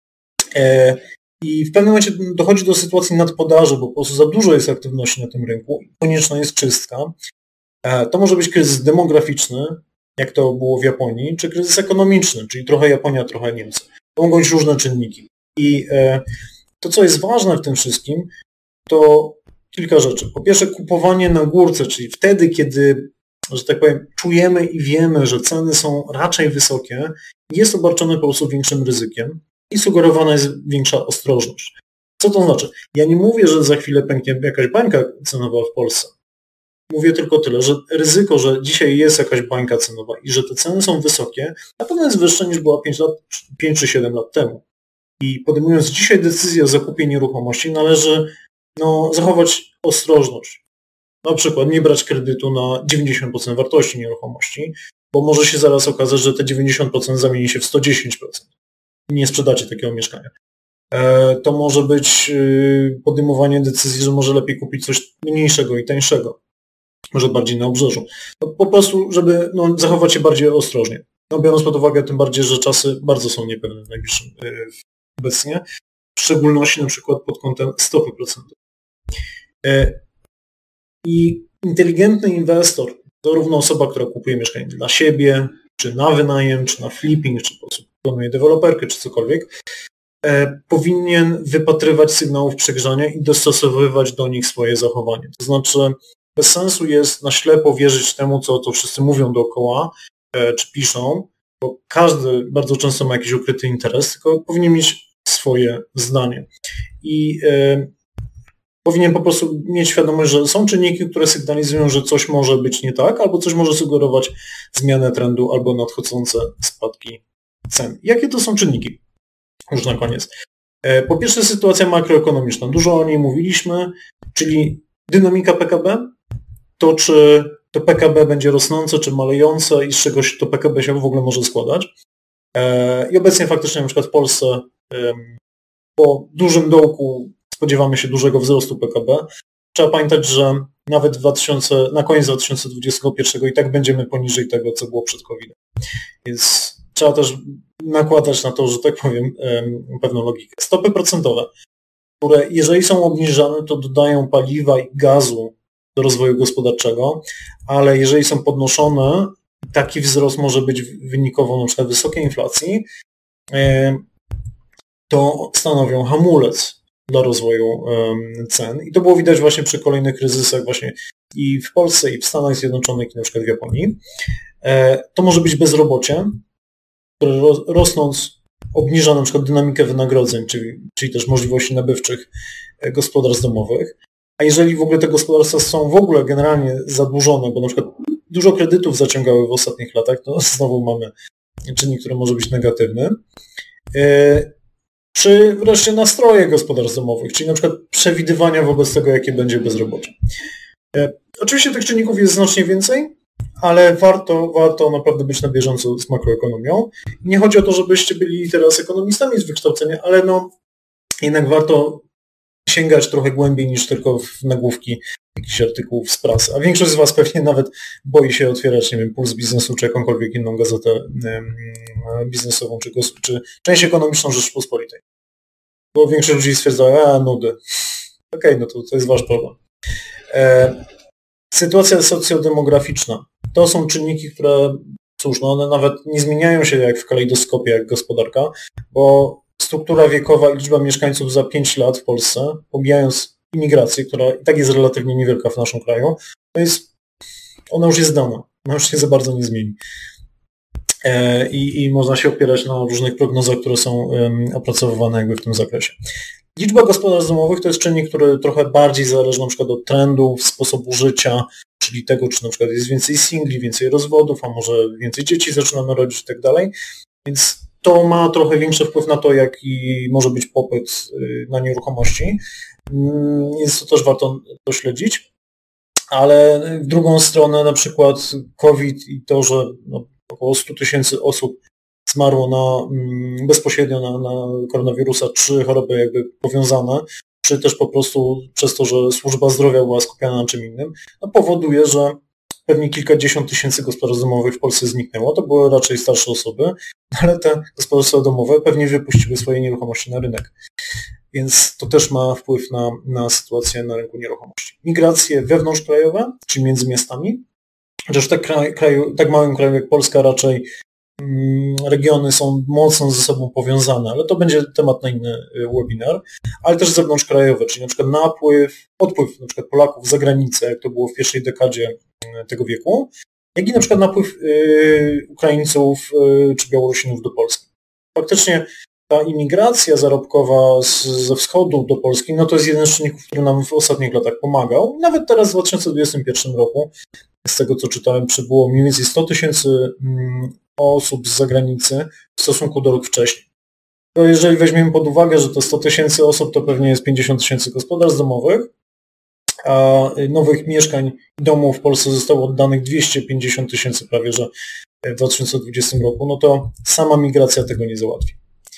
I w pewnym momencie dochodzi do sytuacji nadpodaży, bo po prostu za dużo jest aktywności na tym rynku i konieczna jest czystka. To może być kryzys demograficzny, jak to było w Japonii, czy kryzys ekonomiczny, czyli trochę Japonia, trochę Niemcy. To mogą być różne czynniki. I to, co jest ważne w tym wszystkim, to kilka rzeczy. Po pierwsze, kupowanie na górce, czyli wtedy, kiedy, że tak powiem, czujemy i wiemy, że ceny są raczej wysokie, jest obarczone po prostu większym ryzykiem i sugerowana jest większa ostrożność. Co to znaczy? Ja nie mówię, że za chwilę pęknie jakaś bańka cenowa w Polsce. Mówię tylko tyle, że ryzyko, że dzisiaj jest jakaś bańka cenowa i że te ceny są wysokie, na pewno jest wyższe niż była pięć lat, pięć czy siedem lat temu. I podejmując dzisiaj decyzję o zakupie nieruchomości, należy no, zachować ostrożność. Na przykład nie brać kredytu na dziewięćdziesiąt procent wartości nieruchomości, bo może się zaraz okazać, że te dziewięćdziesiąt procent zamieni się w sto dziesięć procent. Nie sprzedacie takiego mieszkania. To może być podejmowanie decyzji, że może lepiej kupić coś mniejszego i tańszego. Może bardziej na obrzeżu. No, po prostu, żeby no, zachować się bardziej ostrożnie. No, biorąc pod uwagę tym bardziej, że czasy bardzo są niepewne w najbliższym obecnie. W szczególności na przykład pod kątem stopy procentowej. I inteligentny inwestor, zarówno osoba, która kupuje mieszkanie dla siebie, czy na wynajem, czy na flipping, czy po prostu planuje deweloperkę, czy cokolwiek, e, powinien wypatrywać sygnałów przegrzania i dostosowywać do nich swoje zachowanie. To znaczy bez sensu jest na ślepo wierzyć temu, co to wszyscy mówią dookoła, e, czy piszą, bo każdy bardzo często ma jakiś ukryty interes, tylko powinien mieć swoje zdanie. I e, powinien po prostu mieć świadomość, że są czynniki, które sygnalizują, że coś może być nie tak, albo coś może sugerować zmianę trendu, albo nadchodzące spadki cen. Jakie to są czynniki? Już na koniec. Po pierwsze sytuacja makroekonomiczna. Dużo o niej mówiliśmy, czyli dynamika P K B, to czy to P K B będzie rosnące, czy malejące i z czegoś to P K B się w ogóle może składać. I obecnie faktycznie na przykład w Polsce po dużym dołku spodziewamy się dużego wzrostu P K B. Trzeba pamiętać, że nawet dwutysięczny, na koniec dwa tysiące dwudziestego pierwszego i tak będziemy poniżej tego, co było przed kowidem. Więc trzeba też nakładać na to, że tak powiem, pewną logikę. Stopy procentowe, które jeżeli są obniżane, to dodają paliwa i gazu do rozwoju gospodarczego, ale jeżeli są podnoszone, taki wzrost może być wynikowo na przykład wysokiej inflacji, to stanowią hamulec dla rozwoju cen. I to było widać właśnie przy kolejnych kryzysach właśnie i w Polsce, i w Stanach Zjednoczonych, i na przykład w Japonii. To może być bezrobocie, które rosnąc obniża na przykład dynamikę wynagrodzeń, czyli, czyli też możliwości nabywczych gospodarstw domowych. A jeżeli w ogóle te gospodarstwa są w ogóle generalnie zadłużone, bo na przykład dużo kredytów zaciągały w ostatnich latach, to znowu mamy czynnik, który może być negatywny. Czy wreszcie nastroje gospodarstw domowych, czyli na przykład przewidywania wobec tego, jakie będzie bezrobocie. Oczywiście tych czynników jest znacznie więcej, ale warto, warto naprawdę być na bieżąco z makroekonomią. Nie chodzi o to, żebyście byli teraz ekonomistami z wykształcenia, ale no jednak warto sięgać trochę głębiej niż tylko w nagłówki jakichś artykułów z prasy. A większość z Was pewnie nawet boi się otwierać, nie wiem, Puls Biznesu czy jakąkolwiek inną gazetę biznesową, czy, czy część ekonomiczną Rzeczypospolitej. Bo większość ludzi stwierdza, a nudy. Okej, okay, no to, to jest Wasz problem. E, sytuacja socjodemograficzna. To są czynniki, które, cóż, no one nawet nie zmieniają się jak w kalejdoskopie, jak gospodarka, bo struktura wiekowa i liczba mieszkańców za pięć lat w Polsce, pomijając imigrację, która i tak jest relatywnie niewielka w naszym kraju, to jest, ona już jest dana, ona już się za bardzo nie zmieni. E, i, I można się opierać na różnych prognozach, które są um, opracowywane jakby w tym zakresie. Liczba gospodarstw domowych to jest czynnik, który trochę bardziej zależy na przykład od trendów, sposobu życia, czyli tego, czy na przykład jest więcej singli, więcej rozwodów, a może więcej dzieci zaczynamy rodzić i tak dalej. Więc to ma trochę większy wpływ na to, jaki może być popyt na nieruchomości. Więc to też warto dośledzić. Ale w drugą stronę na przykład COVID i to, że no, około sto tysięcy osób zmarło na, bezpośrednio na, na koronawirusa, czy choroby jakby powiązane, czy też po prostu przez to, że służba zdrowia była skupiona na czym innym, no powoduje, że pewnie kilkadziesiąt tysięcy gospodarstw domowych w Polsce zniknęło. To były raczej starsze osoby, ale te gospodarstwa domowe pewnie wypuściły swoje nieruchomości na rynek. Więc to też ma wpływ na, na sytuację na rynku nieruchomości. Migracje wewnątrzkrajowe, czyli między miastami, chociaż w tak, kraj, kraju, tak małym kraju jak Polska raczej mm, regiony są mocno ze sobą powiązane, ale to będzie temat na inny webinar, ale też zewnątrzkrajowe, czyli na przykład napływ, odpływ na przykład Polaków za granicę, jak to było w pierwszej dekadzie tego wieku, jak i na przykład napływ y, Ukraińców y, czy Białorusinów do Polski. Faktycznie ta imigracja zarobkowa z, ze wschodu do Polski, no to jest jeden z czynników, który nam w ostatnich latach pomagał. Nawet teraz w dwa tysiące dwudziestym pierwszym roku, z tego co czytałem, przybyło mniej więcej sto tysięcy mm, osób z zagranicy w stosunku do roku wcześniej. To jeżeli weźmiemy pod uwagę, że to sto tysięcy osób to pewnie jest pięćdziesiąt tysięcy gospodarstw domowych, a nowych mieszkań i domów w Polsce zostało oddanych dwieście pięćdziesiąt tysięcy prawie, że w dwa tysiące dwudziestym roku, no to sama migracja tego nie załatwi.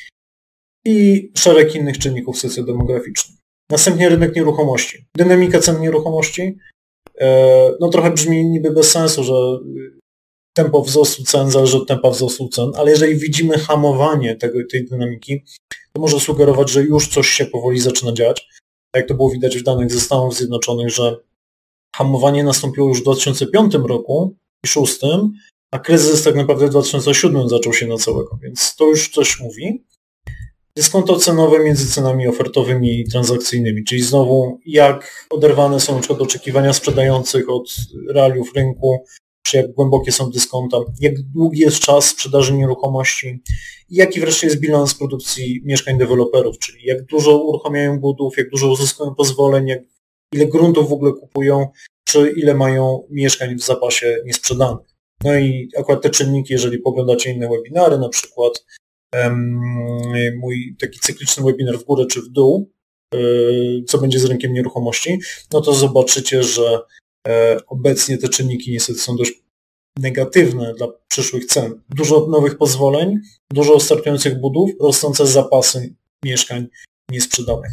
I szereg innych czynników socjodemograficznych. Następnie rynek nieruchomości. Dynamika cen nieruchomości, no trochę brzmi niby bez sensu, że tempo wzrostu cen zależy od tempa wzrostu cen, ale jeżeli widzimy hamowanie tego, tej dynamiki, to może sugerować, że już coś się powoli zaczyna dziać. Jak to było widać w danych ze Stanów Zjednoczonych, że hamowanie nastąpiło już w dwa tysiące piątym roku i dwa tysiące szóstym, a kryzys tak naprawdę w dwa tysiące siódmym zaczął się na całego, więc to już coś mówi. Dyskonto cenowe między cenami ofertowymi i transakcyjnymi, czyli znowu jak oderwane są na przykład oczekiwania sprzedających od realiów rynku, czy jak głębokie są dyskonta, jak długi jest czas sprzedaży nieruchomości i jaki wreszcie jest bilans produkcji mieszkań deweloperów, czyli jak dużo uruchamiają budów, jak dużo uzyskują pozwoleń, jak, ile gruntów w ogóle kupują, czy ile mają mieszkań w zapasie niesprzedanych. No i akurat te czynniki, jeżeli poglądacie inne webinary, na przykład um, mój taki cykliczny webinar w górę czy w dół, yy, co będzie z rynkiem nieruchomości, no to zobaczycie, że obecnie te czynniki niestety są dość negatywne dla przyszłych cen. Dużo nowych pozwoleń, dużo startujących budów, rosnące zapasy mieszkań niesprzedanych.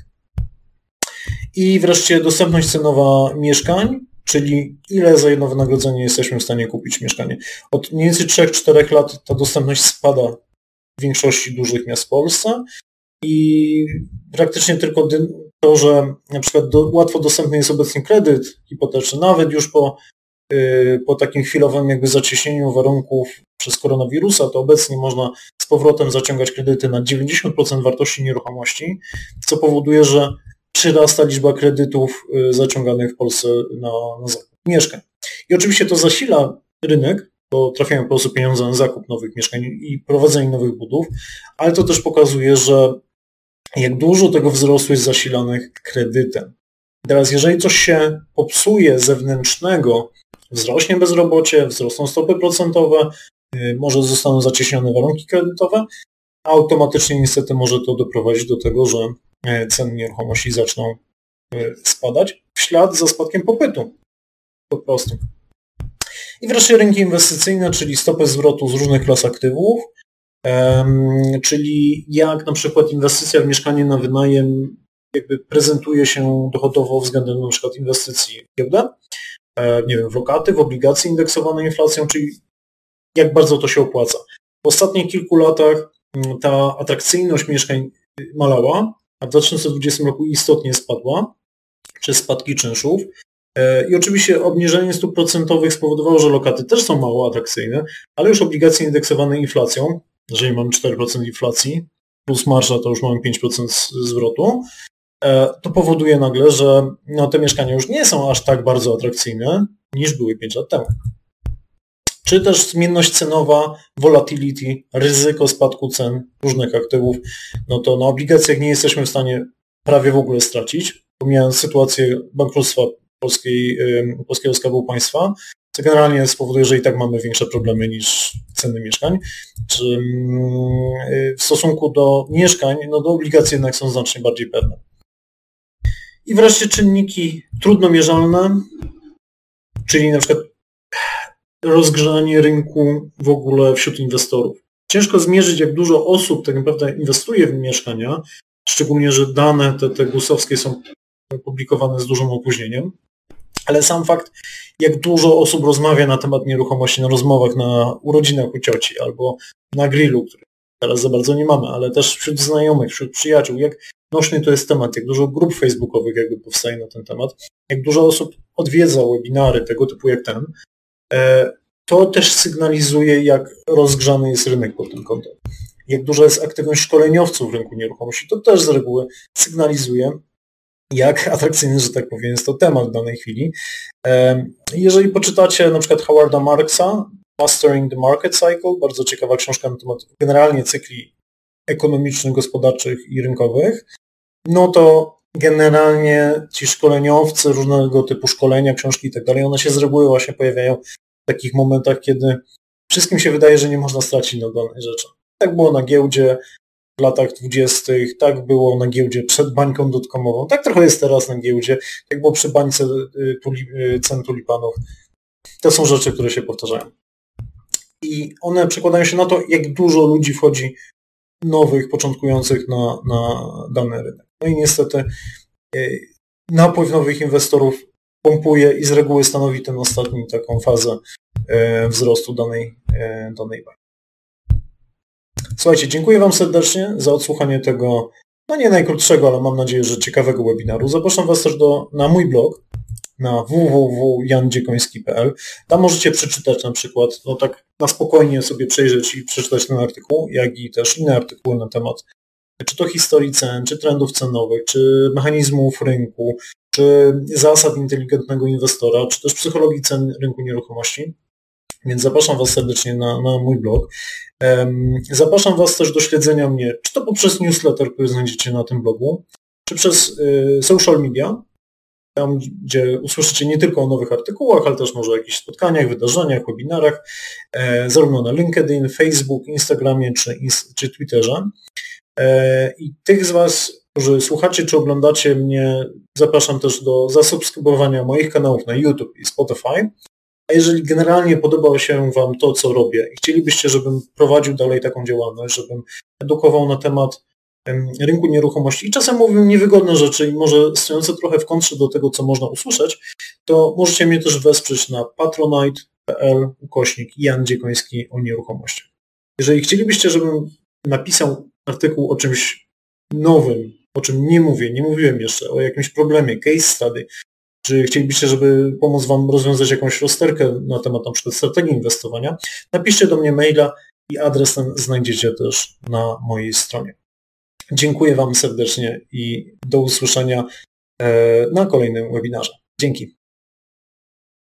I wreszcie dostępność cenowa mieszkań, czyli ile za jedno wynagrodzenie jesteśmy w stanie kupić mieszkanie. Od mniej więcej trzech czterech lat ta dostępność spada w większości dużych miast w Polsce i praktycznie tylko to, że na przykład do, łatwo dostępny jest obecnie kredyt hipoteczny, nawet już po, yy, po takim chwilowym jakby zacieśnieniu warunków przez koronawirusa, to obecnie można z powrotem zaciągać kredyty na dziewięćdziesiąt procent wartości nieruchomości, co powoduje, że przyrasta liczba kredytów yy, zaciąganych w Polsce na, na zakup mieszkań. I oczywiście to zasila rynek, bo trafiają po prostu pieniądze na zakup nowych mieszkań i prowadzenie nowych budów, ale to też pokazuje, że jak dużo tego wzrostu jest zasilanych kredytem. Teraz jeżeli coś się popsuje zewnętrznego, wzrośnie bezrobocie, wzrosną stopy procentowe, może zostaną zacieśnione warunki kredytowe, a automatycznie niestety może to doprowadzić do tego, że ceny nieruchomości zaczną spadać w ślad za spadkiem popytu. Po prostu. I wreszcie rynki inwestycyjne, czyli stopy zwrotu z różnych klas aktywów, Um, czyli jak na przykład inwestycja w mieszkanie na wynajem jakby prezentuje się dochodowo względem na przykład inwestycji w giełdę, e, nie wiem, w lokaty, w obligacje indeksowane inflacją, czyli jak bardzo to się opłaca. W ostatnich kilku latach ta atrakcyjność mieszkań malała, a w dwa tysiące dwudziestym roku istotnie spadła przez spadki czynszów. I oczywiście obniżenie stóp procentowych spowodowało, że lokaty też są mało atrakcyjne, ale już obligacje indeksowane inflacją, jeżeli mamy cztery procent inflacji plus marża, to już mamy pięć procent zwrotu, to powoduje nagle, że no, te mieszkania już nie są aż tak bardzo atrakcyjne, niż były pięć lat temu. Czy też zmienność cenowa, volatility, ryzyko spadku cen różnych aktywów, no to na obligacjach nie jesteśmy w stanie prawie w ogóle stracić, pomijając sytuację bankructwa Polskiej, Polskiego Skarbu Państwa, co generalnie spowoduje, że i tak mamy większe problemy niż ceny mieszkań. Czy w stosunku do mieszkań, no do obligacji jednak są znacznie bardziej pewne. I wreszcie czynniki trudno mierzalne, czyli na przykład rozgrzanie rynku w ogóle wśród inwestorów. Ciężko zmierzyć, jak dużo osób tak naprawdę inwestuje w mieszkania, szczególnie, że dane te, te gusowskie są publikowane z dużym opóźnieniem, ale sam fakt, jak dużo osób rozmawia na temat nieruchomości na rozmowach na urodzinach u cioci albo na grillu, który teraz za bardzo nie mamy, ale też wśród znajomych, wśród przyjaciół, jak nośny to jest temat, jak dużo grup facebookowych jakby powstaje na ten temat, jak dużo osób odwiedza webinary tego typu jak ten, to też sygnalizuje, jak rozgrzany jest rynek pod tym kątem. Jak duża jest aktywność szkoleniowców w rynku nieruchomości, to też z reguły sygnalizuje, jak atrakcyjny, że tak powiem, jest to temat w danej chwili. Jeżeli poczytacie na przykład Howarda Marksa, Mastering the Market Cycle, bardzo ciekawa książka na temat generalnie cykli ekonomicznych, gospodarczych i rynkowych, no to generalnie ci szkoleniowcy, różnego typu szkolenia, książki i tak dalej, one się z reguły właśnie pojawiają w takich momentach, kiedy wszystkim się wydaje, że nie można stracić na danej rzeczy. Tak było na giełdzie, w latach dwudziestych, tak było na giełdzie przed bańką dotcomową, tak trochę jest teraz na giełdzie, tak było przy bańce tuli, cen tulipanów. To są rzeczy, które się powtarzają. I one przekładają się na to, jak dużo ludzi wchodzi nowych, początkujących na, na dany rynek. No i niestety napływ nowych inwestorów pompuje i z reguły stanowi ten ostatni taką fazę wzrostu danej, danej bańki. Słuchajcie, dziękuję Wam serdecznie za odsłuchanie tego, no nie najkrótszego, ale mam nadzieję, że ciekawego webinaru. Zapraszam Was też do, na mój blog, na w w w kropka jan dziekoński kropka p l. Tam możecie przeczytać na przykład, no tak na spokojnie sobie przejrzeć i przeczytać ten artykuł, jak i też inne artykuły na temat czy to historii cen, czy trendów cenowych, czy mechanizmów rynku, czy zasad inteligentnego inwestora, czy też psychologii cen rynku nieruchomości. Więc zapraszam Was serdecznie na, na mój blog. Zapraszam Was też do śledzenia mnie, czy to poprzez newsletter, który znajdziecie na tym blogu, czy przez y, social media, tam gdzie usłyszycie nie tylko o nowych artykułach, ale też może o jakichś spotkaniach, wydarzeniach, webinarach, e, zarówno na LinkedIn, Facebook, Instagramie czy, czy Twitterze. E, I tych z Was, którzy słuchacie czy oglądacie mnie, zapraszam też do zasubskrybowania moich kanałów na YouTube i Spotify. A jeżeli generalnie podoba się Wam to, co robię i chcielibyście, żebym prowadził dalej taką działalność, żebym edukował na temat rynku nieruchomości i czasem mówił niewygodne rzeczy i może stojące trochę w kontrze do tego, co można usłyszeć, to możecie mnie też wesprzeć na patronite kropka p l ukośnik Jan Dziekoński o nieruchomościach. Jeżeli chcielibyście, żebym napisał artykuł o czymś nowym, o czym nie mówię, nie mówiłem jeszcze, o jakimś problemie, case study, czy chcielibyście, żeby pomóc Wam rozwiązać jakąś rozterkę na temat na przykład strategii inwestowania, napiszcie do mnie maila i adres ten znajdziecie też na mojej stronie. Dziękuję Wam serdecznie i do usłyszenia na kolejnym webinarze. Dzięki.